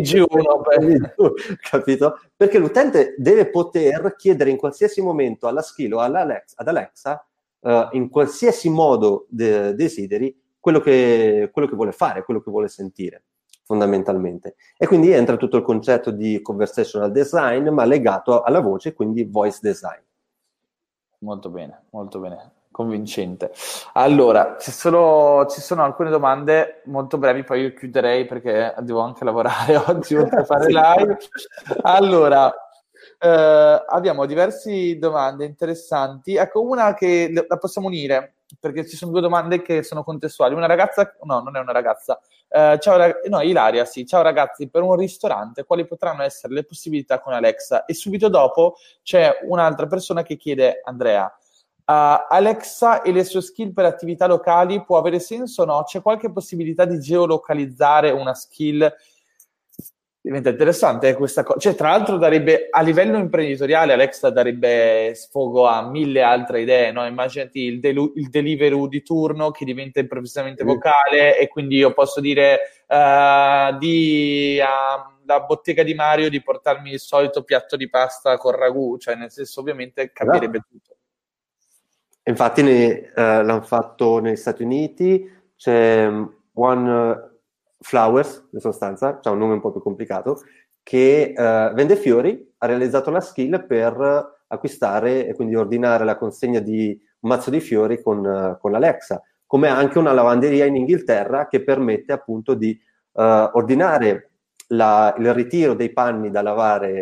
capito? Perché l'utente deve poter chiedere in qualsiasi momento alla skill o all'Alexa, ad Alexa, uh, in qualsiasi modo de- desideri, quello che, quello che vuole fare, quello che vuole sentire, fondamentalmente. E quindi entra tutto il concetto di conversational design, ma legato alla voce, quindi voice design. Molto bene, molto bene. Convincente. Allora, ci sono, ci sono alcune domande molto brevi, poi io chiuderei perché devo anche lavorare oggi oltre a fare live. Allora, eh, abbiamo diverse domande interessanti. Ecco, una che la possiamo unire, perché ci sono due domande che sono contestuali. Una ragazza, no, non è una ragazza, eh, ciao, rag- no, Ilaria, sì, ciao ragazzi, per un ristorante quali potranno essere le possibilità con Alexa? E subito dopo c'è un'altra persona che chiede, Andrea, Uh, Alexa e le sue skill per attività locali può avere senso o no? C'è qualche possibilità di geolocalizzare una skill? Diventa interessante questa cosa. Cioè, tra l'altro darebbe, a livello imprenditoriale, Alexa darebbe sfogo a mille altre idee, no? Immaginati il, delu- il Deliveroo di turno che diventa improvvisamente vocale e quindi io posso dire uh, di alla uh, bottega di Mario di portarmi il solito piatto di pasta con ragù, cioè nel senso ovviamente cambierebbe Esatto. tutto. Infatti ne, uh, l'hanno fatto negli Stati Uniti, c'è One Flowers, in sostanza, c'è un nome un po' più complicato, che uh, vende fiori, ha realizzato la skill per acquistare e quindi ordinare la consegna di un mazzo di fiori con, uh, con l'Alexa, come anche una lavanderia in Inghilterra che permette appunto di uh, ordinare la, il ritiro dei panni da lavare uh,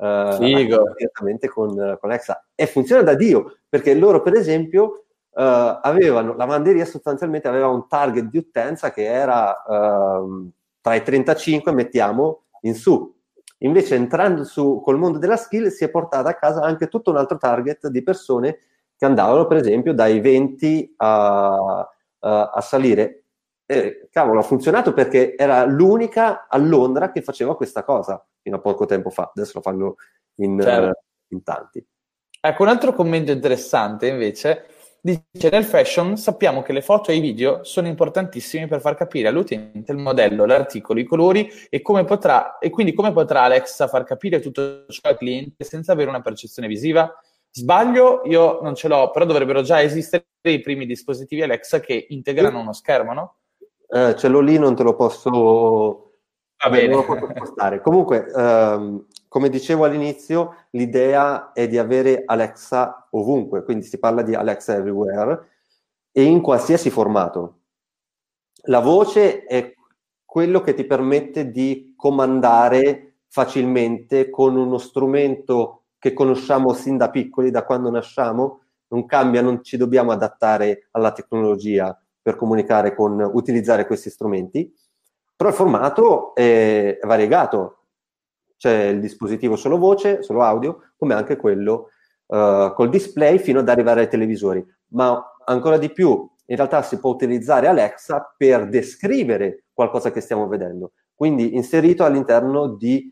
uh, Figo. direttamente con, con Alexa. E funziona da Dio, perché loro, per esempio, uh, avevano, la lavanderia sostanzialmente aveva un target di utenza che era uh, tra i trentacinque, mettiamo, in su. Invece, entrando su col mondo della skill, si è portata a casa anche tutto un altro target di persone che andavano, per esempio, dai venti a, a, a salire. E, cavolo, ha funzionato perché era l'unica a Londra che faceva questa cosa fino a poco tempo fa. Adesso lo fanno in, Certo. uh, in tanti. Ecco, un altro commento interessante invece dice: nel fashion sappiamo che le foto e i video sono importantissimi per far capire all'utente il modello, l'articolo, i colori e come potrà e quindi come potrà Alexa far capire tutto ciò al cliente senza avere una percezione visiva? Sbaglio? Io non ce l'ho, però dovrebbero già esistere i primi dispositivi Alexa che integrano uno schermo, no? Eh, ce l'ho lì, non te lo posso, Va vabbè, bene. non lo posso spostare. Comunque, ehm, come dicevo all'inizio, l'idea è di avere Alexa ovunque, quindi si parla di Alexa Everywhere e in qualsiasi formato. La voce è quello che ti permette di comandare facilmente con uno strumento che conosciamo sin da piccoli, da quando nasciamo, non cambia, non ci dobbiamo adattare alla tecnologia per comunicare con, utilizzare questi strumenti, però il formato è variegato, c'è il dispositivo solo voce, solo audio, come anche quello uh, col display fino ad arrivare ai televisori, ma ancora di più, in realtà si può utilizzare Alexa per descrivere qualcosa che stiamo vedendo, quindi inserito all'interno di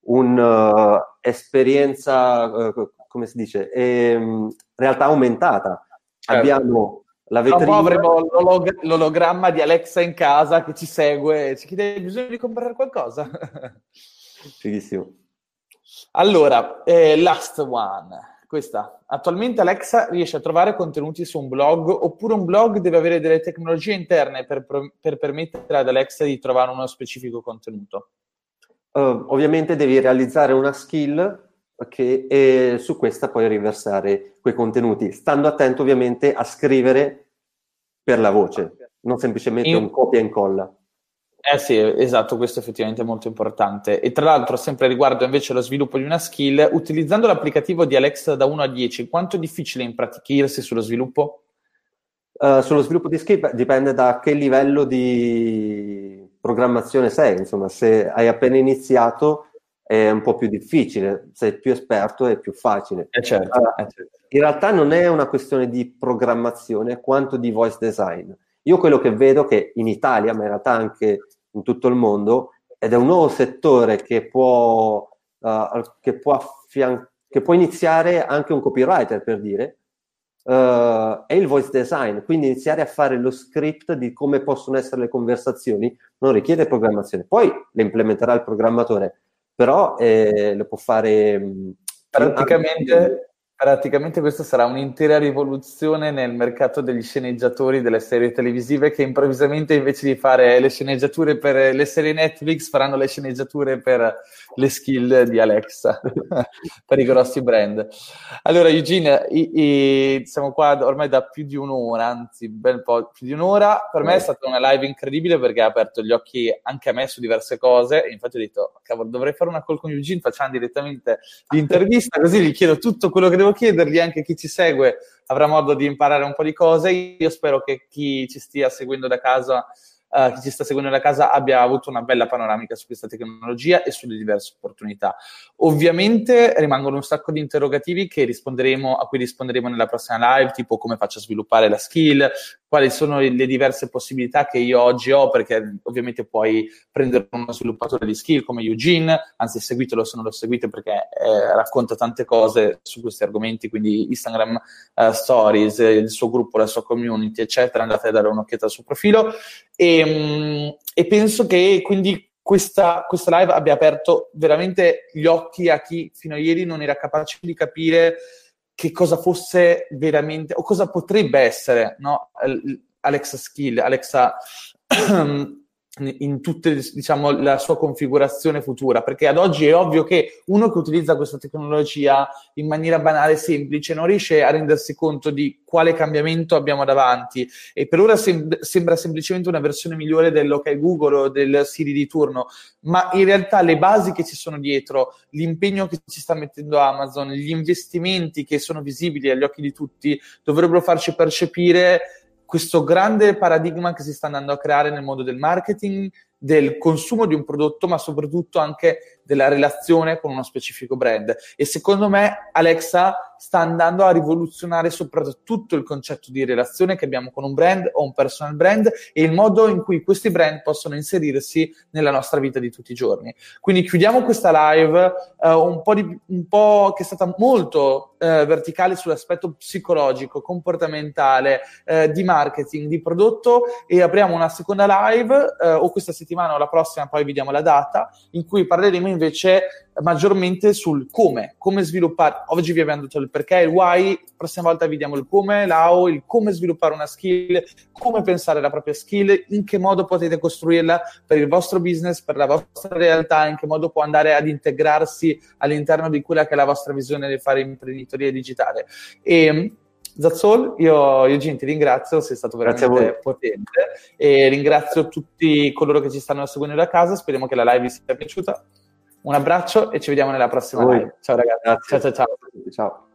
un'esperienza, uh, uh, come si dice, ehm, realtà aumentata. Certo. Abbiamo la Tra un vetrina... po' avremo l'olog- l'ologramma di Alexa in casa che ci segue e ci chiede: hai bisogno di comprare qualcosa? Fighissimo. Allora, eh, last one, questa. Attualmente Alexa riesce a trovare contenuti su un blog oppure un blog deve avere delle tecnologie interne per, per permettere ad Alexa di trovare uno specifico contenuto? Uh, ovviamente devi realizzare una skill che, e su questa puoi riversare quei contenuti, stando attento ovviamente a scrivere per la voce, non semplicemente In... un copia e incolla. Eh sì, esatto, questo effettivamente è molto importante. E tra l'altro, sempre riguardo invece lo sviluppo di una skill, utilizzando l'applicativo di Alexa da uno a dieci, quanto è difficile impratichirsi sullo sviluppo? Uh, sullo sviluppo di skill dipende da che livello di programmazione sei, insomma, se hai appena iniziato è un po' più difficile, se sei più esperto è più facile. Eh certo, uh, eh certo. In realtà non è una questione di programmazione quanto di voice design. Io quello che vedo che in Italia, ma in realtà anche in tutto il mondo, ed è un nuovo settore che può, uh, che può, affian- che può iniziare anche un copywriter, per dire, Uh, è il voice design, quindi iniziare a fare lo script di come possono essere le conversazioni non richiede programmazione, poi le implementerà il programmatore, però eh, lo può fare mh, praticamente, praticamente questa sarà un'intera rivoluzione nel mercato degli sceneggiatori delle serie televisive, che improvvisamente invece di fare le sceneggiature per le serie Netflix faranno le sceneggiature per le skill di Alexa per i grossi brand. Allora Eugene, i, i, siamo qua ormai da più di un'ora, anzi un bel po' più di un'ora. Per me è stata una live incredibile perché ha aperto gli occhi anche a me su diverse cose e infatti ho detto, cavolo, dovrei fare una call con Eugene, facciamo direttamente l'intervista così gli chiedo tutto quello che devo chiedergli, anche chi ci segue avrà modo di imparare un po' di cose. Io spero che chi ci stia seguendo da casa Uh, chi ci sta seguendo da casa abbia avuto una bella panoramica su questa tecnologia e sulle diverse opportunità. Ovviamente rimangono un sacco di interrogativi che risponderemo, a cui risponderemo nella prossima live, tipo come faccio a sviluppare la skill, quali sono le diverse possibilità che io oggi ho, perché ovviamente puoi prendere uno sviluppatore di skill come Eugene, anzi seguitelo se non lo seguite perché eh, racconta tante cose su questi argomenti, quindi Instagram uh, Stories, il suo gruppo, la sua community, eccetera, andate a dare un'occhiata al suo profilo. E, e penso che quindi questa, questa live abbia aperto veramente gli occhi a chi fino a ieri non era capace di capire che cosa fosse veramente o cosa potrebbe essere, no? Alexa Skill, Alexa in tutte, diciamo, la sua configurazione futura, perché ad oggi è ovvio che uno che utilizza questa tecnologia in maniera banale e semplice non riesce a rendersi conto di quale cambiamento abbiamo davanti, e per ora sem- sembra semplicemente una versione migliore dell'OK Google o del Siri di turno, ma in realtà le basi che ci sono dietro, l'impegno che ci sta mettendo Amazon, gli investimenti che sono visibili agli occhi di tutti, dovrebbero farci percepire questo grande paradigma che si sta andando a creare nel mondo del marketing, del consumo di un prodotto, ma soprattutto anche della relazione con uno specifico brand. E secondo me Alexa sta andando a rivoluzionare soprattutto il concetto di relazione che abbiamo con un brand o un personal brand e il modo in cui questi brand possono inserirsi nella nostra vita di tutti i giorni. Quindi chiudiamo questa live uh, un po' di, un po' che è stata molto uh, verticale sull'aspetto psicologico, comportamentale, uh, di marketing, di prodotto, e apriamo una seconda live uh, o questa settimana o la prossima, poi vi diamo la data, in cui parleremo invece maggiormente sul come, come sviluppare. Oggi vi abbiamo detto il perché, il why, la prossima volta vi diamo il come, l'how, il come sviluppare una skill, come pensare la propria skill, in che modo potete costruirla per il vostro business, per la vostra realtà, in che modo può andare ad integrarsi all'interno di quella che è la vostra visione di fare imprenditoria digitale. E that's all. Io, Eugene, ti ringrazio, sei stato veramente potente, e ringrazio tutti coloro che ci stanno seguendo da casa. Speriamo che la live vi sia piaciuta. Un abbraccio e ci vediamo nella prossima live. Ciao ragazzi. Grazie. Ciao ciao ciao. Ciao.